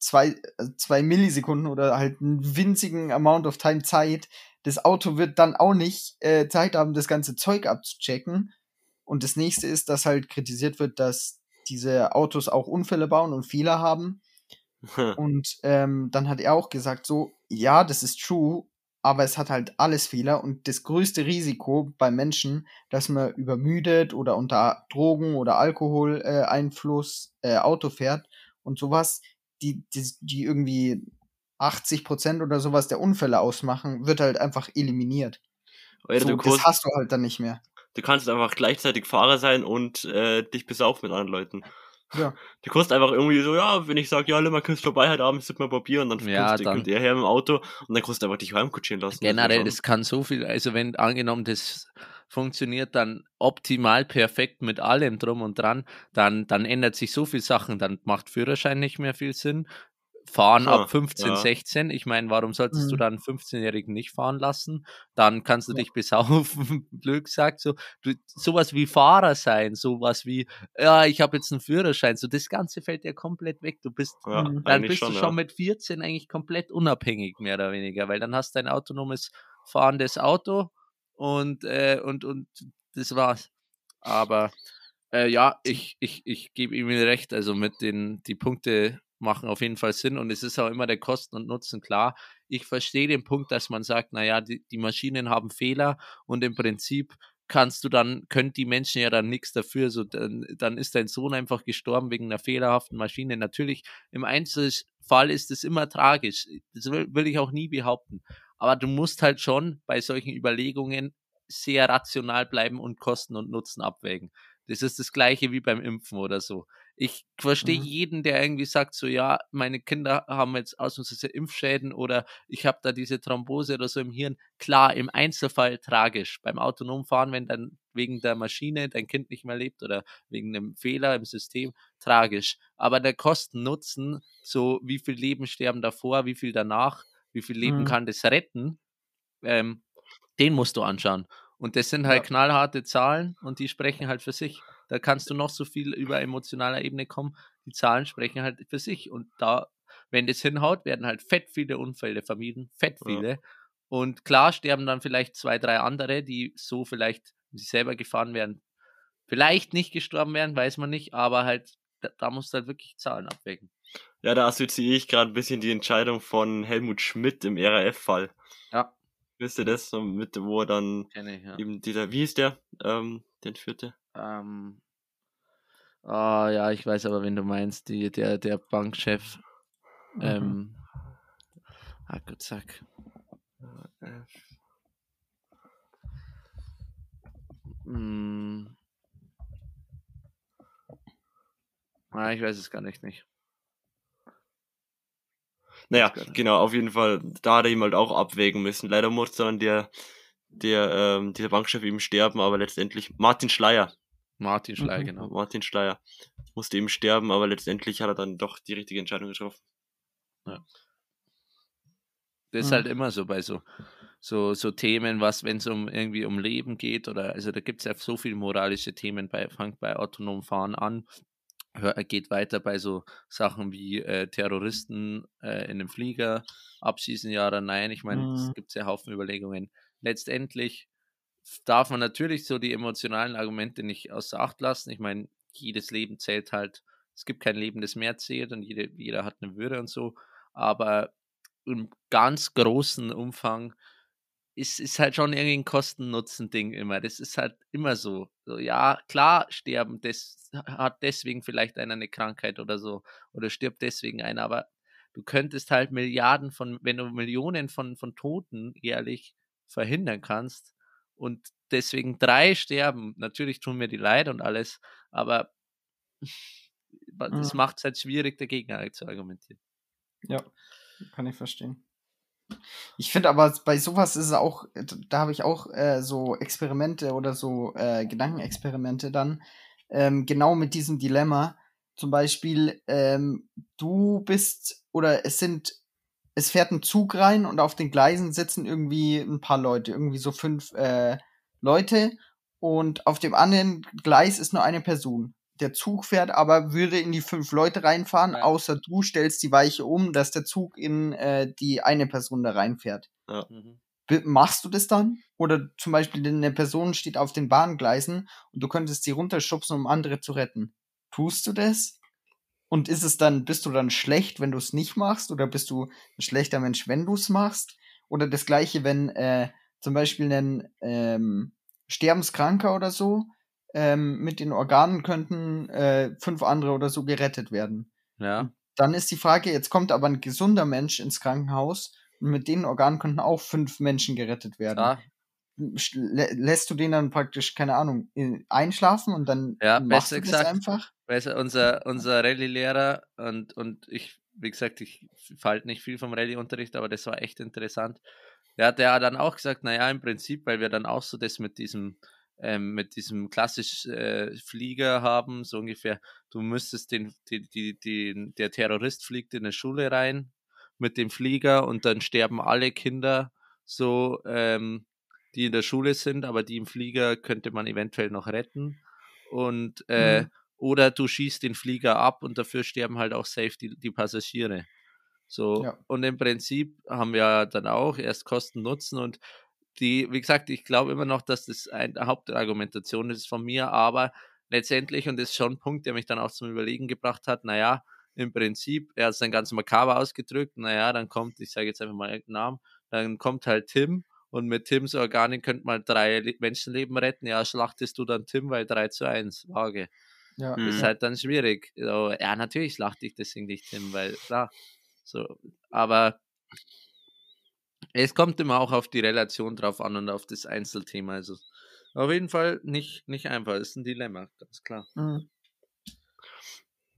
2 Millisekunden oder halt einen winzigen Amount of Time Zeit. Das Auto wird dann auch nicht Zeit haben, das ganze Zeug abzuchecken. Und das nächste ist, dass halt kritisiert wird, dass diese Autos auch Unfälle bauen und Fehler haben. Und dann hat er auch gesagt so, ja, das ist true, aber es hat halt alles Fehler und das größte Risiko bei Menschen, dass man übermüdet oder unter Drogen- oder Alkoholeinfluss Auto fährt und sowas, die irgendwie 80% oder sowas der Unfälle ausmachen, wird halt einfach eliminiert. So, das hast du halt dann nicht mehr. Du kannst einfach gleichzeitig Fahrer sein und dich besaufen mit anderen Leuten. Ja. Du kannst einfach irgendwie so, ja, wenn ich sage, ja, Limmer, kannst vorbei heute Abend, sip mal Papier und dann kommt der her im Auto und dann kannst du einfach dich heimkutschieren lassen. Generell, das kann so viel, also wenn angenommen, das funktioniert dann optimal perfekt mit allem drum und dran, dann ändert sich so viel Sachen, dann macht Führerschein nicht mehr viel Sinn. Fahren ab 15, 16. Ich meine, warum solltest du dann einen 15-Jährigen nicht fahren lassen? Dann kannst du dich besaufen, blöd gesagt. Sowas wie Fahrer sein, sowas wie, ja, ich habe jetzt einen Führerschein. So, das Ganze fällt dir komplett weg. Dann bist du schon mit 14 eigentlich komplett unabhängig, mehr oder weniger, weil dann hast du ein autonomes fahrendes Auto und das war's. Aber ich gebe ihm recht, also die Punkte machen auf jeden Fall Sinn und es ist auch immer der Kosten und Nutzen klar. Ich verstehe den Punkt, dass man sagt, naja, die Maschinen haben Fehler und im Prinzip können die Menschen ja dann nichts dafür, so dann ist dein Sohn einfach gestorben wegen einer fehlerhaften Maschine. Natürlich, im Einzelfall ist es immer tragisch, das will ich auch nie behaupten, aber du musst halt schon bei solchen Überlegungen sehr rational bleiben und Kosten und Nutzen abwägen. Das ist das Gleiche wie beim Impfen oder so. Ich verstehe jeden, der irgendwie sagt, so ja, meine Kinder haben jetzt ausnahmsweise Impfschäden oder ich habe da diese Thrombose oder so im Hirn. Klar, im Einzelfall tragisch. Beim autonomen Fahren, wenn dann wegen der Maschine dein Kind nicht mehr lebt oder wegen einem Fehler im System, tragisch. Aber der Kosten-Nutzen, so wie viel Leben sterben davor, wie viel danach, wie viel Leben kann das retten, den musst du anschauen. Und das sind halt knallharte Zahlen und die sprechen halt für sich. Da kannst du noch so viel über emotionaler Ebene kommen. Die Zahlen sprechen halt für sich. Und da, wenn das hinhaut, werden halt fett viele Unfälle vermieden. Fett viele. Ja. Und klar sterben dann vielleicht 2, 3 andere, die so vielleicht, wenn sie selber gefahren werden, vielleicht nicht gestorben wären, weiß man nicht. Aber halt, da musst du halt wirklich Zahlen abwägen. Ja, da assoziiere ich gerade ein bisschen die Entscheidung von Helmut Schmidt im RAF-Fall. Ja. Wisst ihr das? So mit, wo er dann eben dieser, wie hieß der, den führte? Ja, ich weiß aber, wen du meinst, der Bankchef. Gott sag. Ich weiß es gar nicht. Naja, genau, auf jeden Fall, da hat er ihm halt auch abwägen müssen. Leider musste dann dieser Bankchef eben sterben, aber letztendlich, Martin Schleyer, genau. Martin Schleyer musste eben sterben, aber letztendlich hat er dann doch die richtige Entscheidung getroffen. Ja. Das ist halt immer so bei so Themen, wenn es irgendwie um Leben geht oder, also da gibt es ja so viele moralische Themen, fängt bei autonomem Fahren an, geht weiter bei so Sachen wie Terroristen in einem Flieger abschießen, ja oder nein. Ich meine, es gibt ja Haufen Überlegungen. Letztendlich darf man natürlich so die emotionalen Argumente nicht außer Acht lassen. Ich meine, jedes Leben zählt halt. Es gibt kein Leben, das mehr zählt und jeder hat eine Würde und so. Aber im ganz großen Umfang ist halt schon irgendwie ein Kosten-Nutzen-Ding immer. Das ist halt immer so. Ja, klar sterben, das hat deswegen vielleicht einer eine Krankheit oder so oder stirbt deswegen einer, aber du könntest halt wenn du Millionen von Toten jährlich verhindern kannst und deswegen 3 sterben, natürlich tun mir die leid und alles, aber das macht es halt schwierig, dagegen zu argumentieren. Ja, kann ich verstehen. Ich finde aber, bei sowas ist es auch, da habe ich auch so Experimente oder so Gedankenexperimente dann, genau mit diesem Dilemma. Zum Beispiel, du bist, oder es fährt ein Zug rein und auf den Gleisen sitzen irgendwie ein paar Leute, irgendwie so 5 Leute und auf dem anderen Gleis ist nur eine Person. Der Zug fährt aber, würde in die 5 Leute reinfahren, außer du stellst die Weiche um, dass der Zug in die eine Person da reinfährt. Ja. Machst du das dann? Oder zum Beispiel eine Person steht auf den Bahngleisen und du könntest sie runterschubsen, um andere zu retten. Tust du das? Und bist du dann schlecht, wenn du es nicht machst? Oder bist du ein schlechter Mensch, wenn du es machst? Oder das Gleiche, wenn zum Beispiel ein Sterbenskranker oder so mit den Organen könnten 5 andere oder so gerettet werden. Ja. Und dann ist die Frage, jetzt kommt aber ein gesunder Mensch ins Krankenhaus und mit den Organen könnten auch 5 Menschen gerettet werden. Ja. Lässt du den dann praktisch, keine Ahnung, einschlafen und dann machst du das einfach? Weißt du, unser Rallye-Lehrer und ich, wie gesagt, ich falte nicht viel vom Rallye-Unterricht, aber das war echt interessant. Der hat dann auch gesagt, naja, im Prinzip, weil wir dann auch so das mit diesem klassisch Flieger haben, so ungefähr, du müsstest der Terrorist fliegt in eine Schule rein mit dem Flieger und dann sterben alle Kinder so, die in der Schule sind, aber die im Flieger könnte man eventuell noch retten und oder du schießt den Flieger ab und dafür sterben halt auch safe die Passagiere. So, ja. Und im Prinzip haben wir dann auch erst Kosten Nutzen und wie gesagt, ich glaube immer noch, dass das eine Hauptargumentation ist von mir, aber letztendlich, und das ist schon ein Punkt, der mich dann auch zum Überlegen gebracht hat, naja, im Prinzip, er hat es dann ganz makaber ausgedrückt, naja, dann kommt, ich sage jetzt einfach mal irgendeinen Namen, dann kommt halt Tim und mit Tims Organen könnte man 3 Menschenleben retten, ja, schlachtest du dann Tim, weil 3:1, vage. Ja, ist halt dann schwierig. So, ja, natürlich schlachte ich deswegen nicht Tim, weil, klar, so, aber es kommt immer auch auf die Relation drauf an und auf das Einzelthema. Also auf jeden Fall nicht einfach. Das ist ein Dilemma, ganz klar.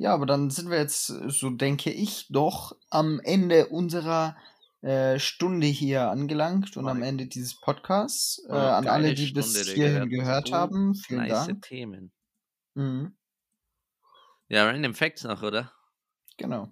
Ja, aber dann sind wir jetzt, so denke ich, doch am Ende unserer Stunde hier angelangt und am Ende dieses Podcasts. An alle, die bis hierhin gehört haben, vielen Dank. Themen. Mhm. Ja, Random Facts noch, oder? Genau.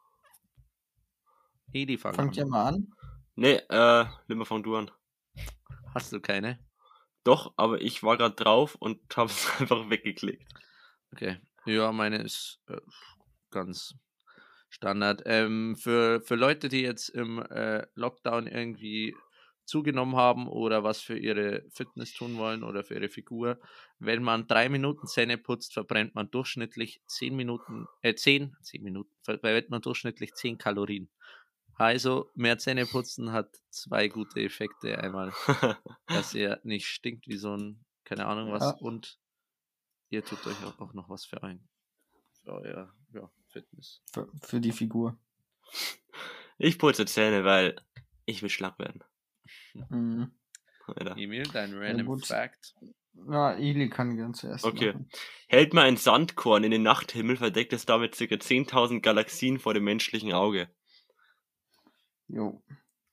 Edi, fangt ihr mal an? Nee, Limmer, fang du an. Hast du keine? Doch, aber ich war gerade drauf und habe es einfach weggeklickt. Okay. Ja, meine ist ganz Standard. Für Leute, die jetzt im Lockdown irgendwie zugenommen haben oder was für ihre Fitness tun wollen oder für ihre Figur, wenn man 3 Minuten Zähne putzt, verbrennt man durchschnittlich 10 Minuten, verwendet man durchschnittlich 10 Kalorien. Also mehr Zähne putzen hat 2 gute Effekte. Einmal, dass ihr nicht stinkt wie so ein, keine Ahnung was, und ihr tut euch auch noch was für euer Fitness. Für die Figur. Ich putze Zähne, weil ich will schlank werden. Mhm. Emil, dein Random Fact. Ja, Eli kann ganz zuerst machen. Hält man ein Sandkorn in den Nachthimmel, verdeckt es damit ca. 10.000 Galaxien vor dem menschlichen Auge. Jo.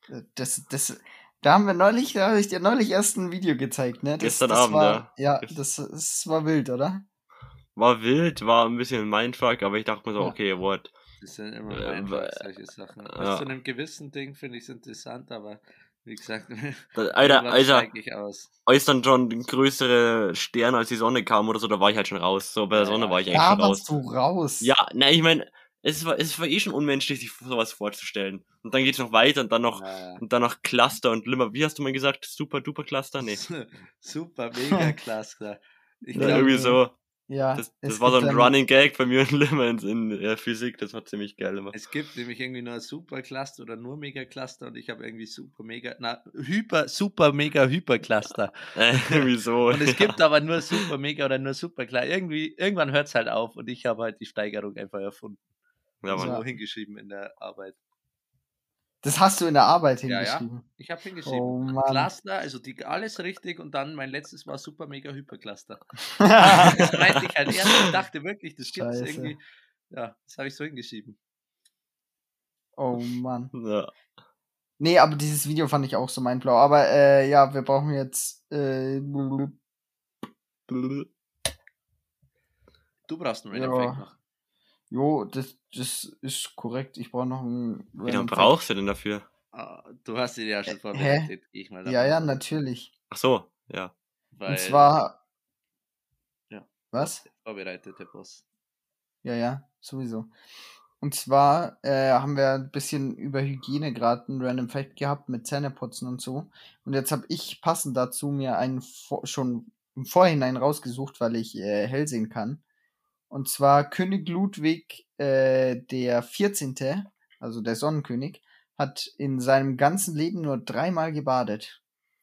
Da habe ich dir neulich erst ein Video gezeigt, ne? Gestern Abend, ja. Das war wild, oder? War wild, war ein bisschen ein Mindfuck, aber ich dachte mir so, okay, what? Das sind immer Mindfuck, solche Sachen. Bis zu einem gewissen Ding finde ich es interessant, aber wie gesagt, steige ich aus. Als dann schon größere Sterne als die Sonne kamen oder so, da war ich halt schon raus. So, bei der Sonne war ich eigentlich schon raus. Da warst du raus? Ja, na, ich meine, es war eh schon unmenschlich, sich sowas vorzustellen. Und dann geht's noch weiter und dann noch Cluster und Limmer. Wie hast du mal gesagt? Super duper Cluster? Nee. Super mega Cluster. Ich glaube irgendwie so. Ja. Das war so ein Running Gag bei mir und Limmer in Physik. Das war ziemlich geil immer. Es gibt nämlich irgendwie nur Super Cluster oder nur Mega Cluster und ich habe irgendwie Super Mega Hyper Cluster. Irgendwie so. Und es gibt aber nur Super Mega oder nur Super Cluster. Irgendwann hört es halt auf und ich habe halt die Steigerung einfach erfunden. Ja, so hingeschrieben in der Arbeit. Das hast du in der Arbeit hingeschrieben? Ja. Ich habe hingeschrieben. Cluster, also alles richtig und dann mein letztes war Super Mega Hyper Cluster. Das meinte ich halt erst und dachte wirklich, das gibt es irgendwie. Ja, das habe ich so hingeschrieben. Oh Mann. Ja. Nee, aber dieses Video fand ich auch so mindblow. Aber ja, wir brauchen jetzt Du brauchst einen Random Fact noch. Jo, das ist korrekt. Ich brauche noch einen Wie lange brauchst du denn dafür? Du hast ihn ja schon vorbereitet, gehe ich mal davon Ja, natürlich. Ach so, ja. Und zwar... Ja. Was? Vorbereitete Boss. Ja, sowieso. Und zwar haben wir ein bisschen über Hygiene gerade einen Random Fact gehabt mit Zähneputzen und so. Und jetzt habe ich passend dazu mir einen schon im Vorhinein rausgesucht, weil ich hell sehen kann. Und zwar König Ludwig der 14., also der Sonnenkönig, hat in seinem ganzen Leben nur 3-mal gebadet.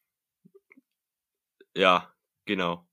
Ja, genau.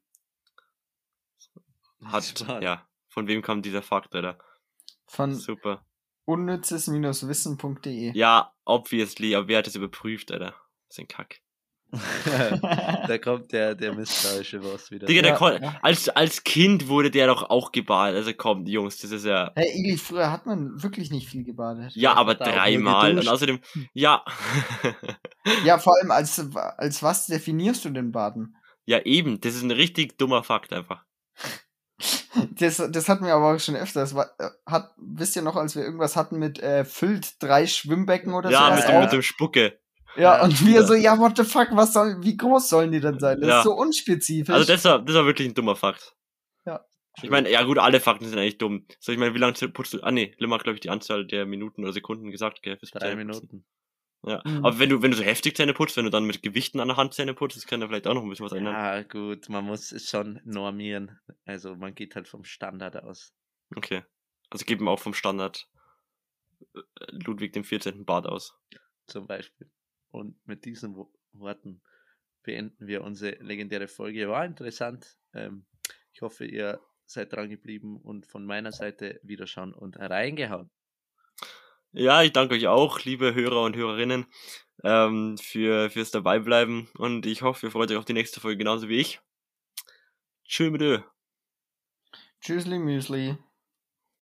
Von wem kam dieser Fakt, oder? Von Super. unnützes-wissen.de. Ja, obviously, aber wer hat das überprüft, Alter? Das ist ein Kack. Da kommt der misstrauische Boss wieder. Digga, als Kind wurde der doch auch gebadet. Also komm, Jungs, das ist ja... Hey, Igli, früher hat man wirklich nicht viel gebadet. Ja, aber 3-mal. Und außerdem, ja. Ja, vor allem, als was definierst du denn Baden? Ja, eben. Das ist ein richtig dummer Fakt einfach. Das hatten wir aber auch schon öfters. Wisst ihr noch, als wir irgendwas hatten mit füllt 3 Schwimmbecken oder so? Ja, mit dem Spucke. Ja, und wir so, ja, what the fuck, wie groß sollen die denn sein? Das ist so unspezifisch. Also das war wirklich ein dummer Fakt. Ja. Ich meine, ja gut, alle Fakten sind eigentlich dumm. So, ich meine, wie lange putzt du... Limmer hat, glaube ich, die Anzahl der Minuten oder Sekunden gesagt, gell? 3 Minuten. Ja, aber wenn du so heftig Zähne putzt, wenn du dann mit Gewichten an der Hand Zähne putzt, das kann da vielleicht auch noch ein bisschen was ändern. Ja, gut, man muss es schon normieren. Also man geht halt vom Standard aus. Okay. Also geben wir auch vom Standard Ludwig dem 14. Bad aus. Zum Beispiel. Und mit diesen Worten beenden wir unsere legendäre Folge. War interessant. Ich hoffe, ihr seid dran geblieben und von meiner Seite wiederschauen und reingehauen. Ja, ich danke euch auch, liebe Hörer und Hörerinnen, fürs Dabeibleiben und ich hoffe, ihr freut euch auf die nächste Folge genauso wie ich. Tschö mit Ö. Tschüssli Müsli.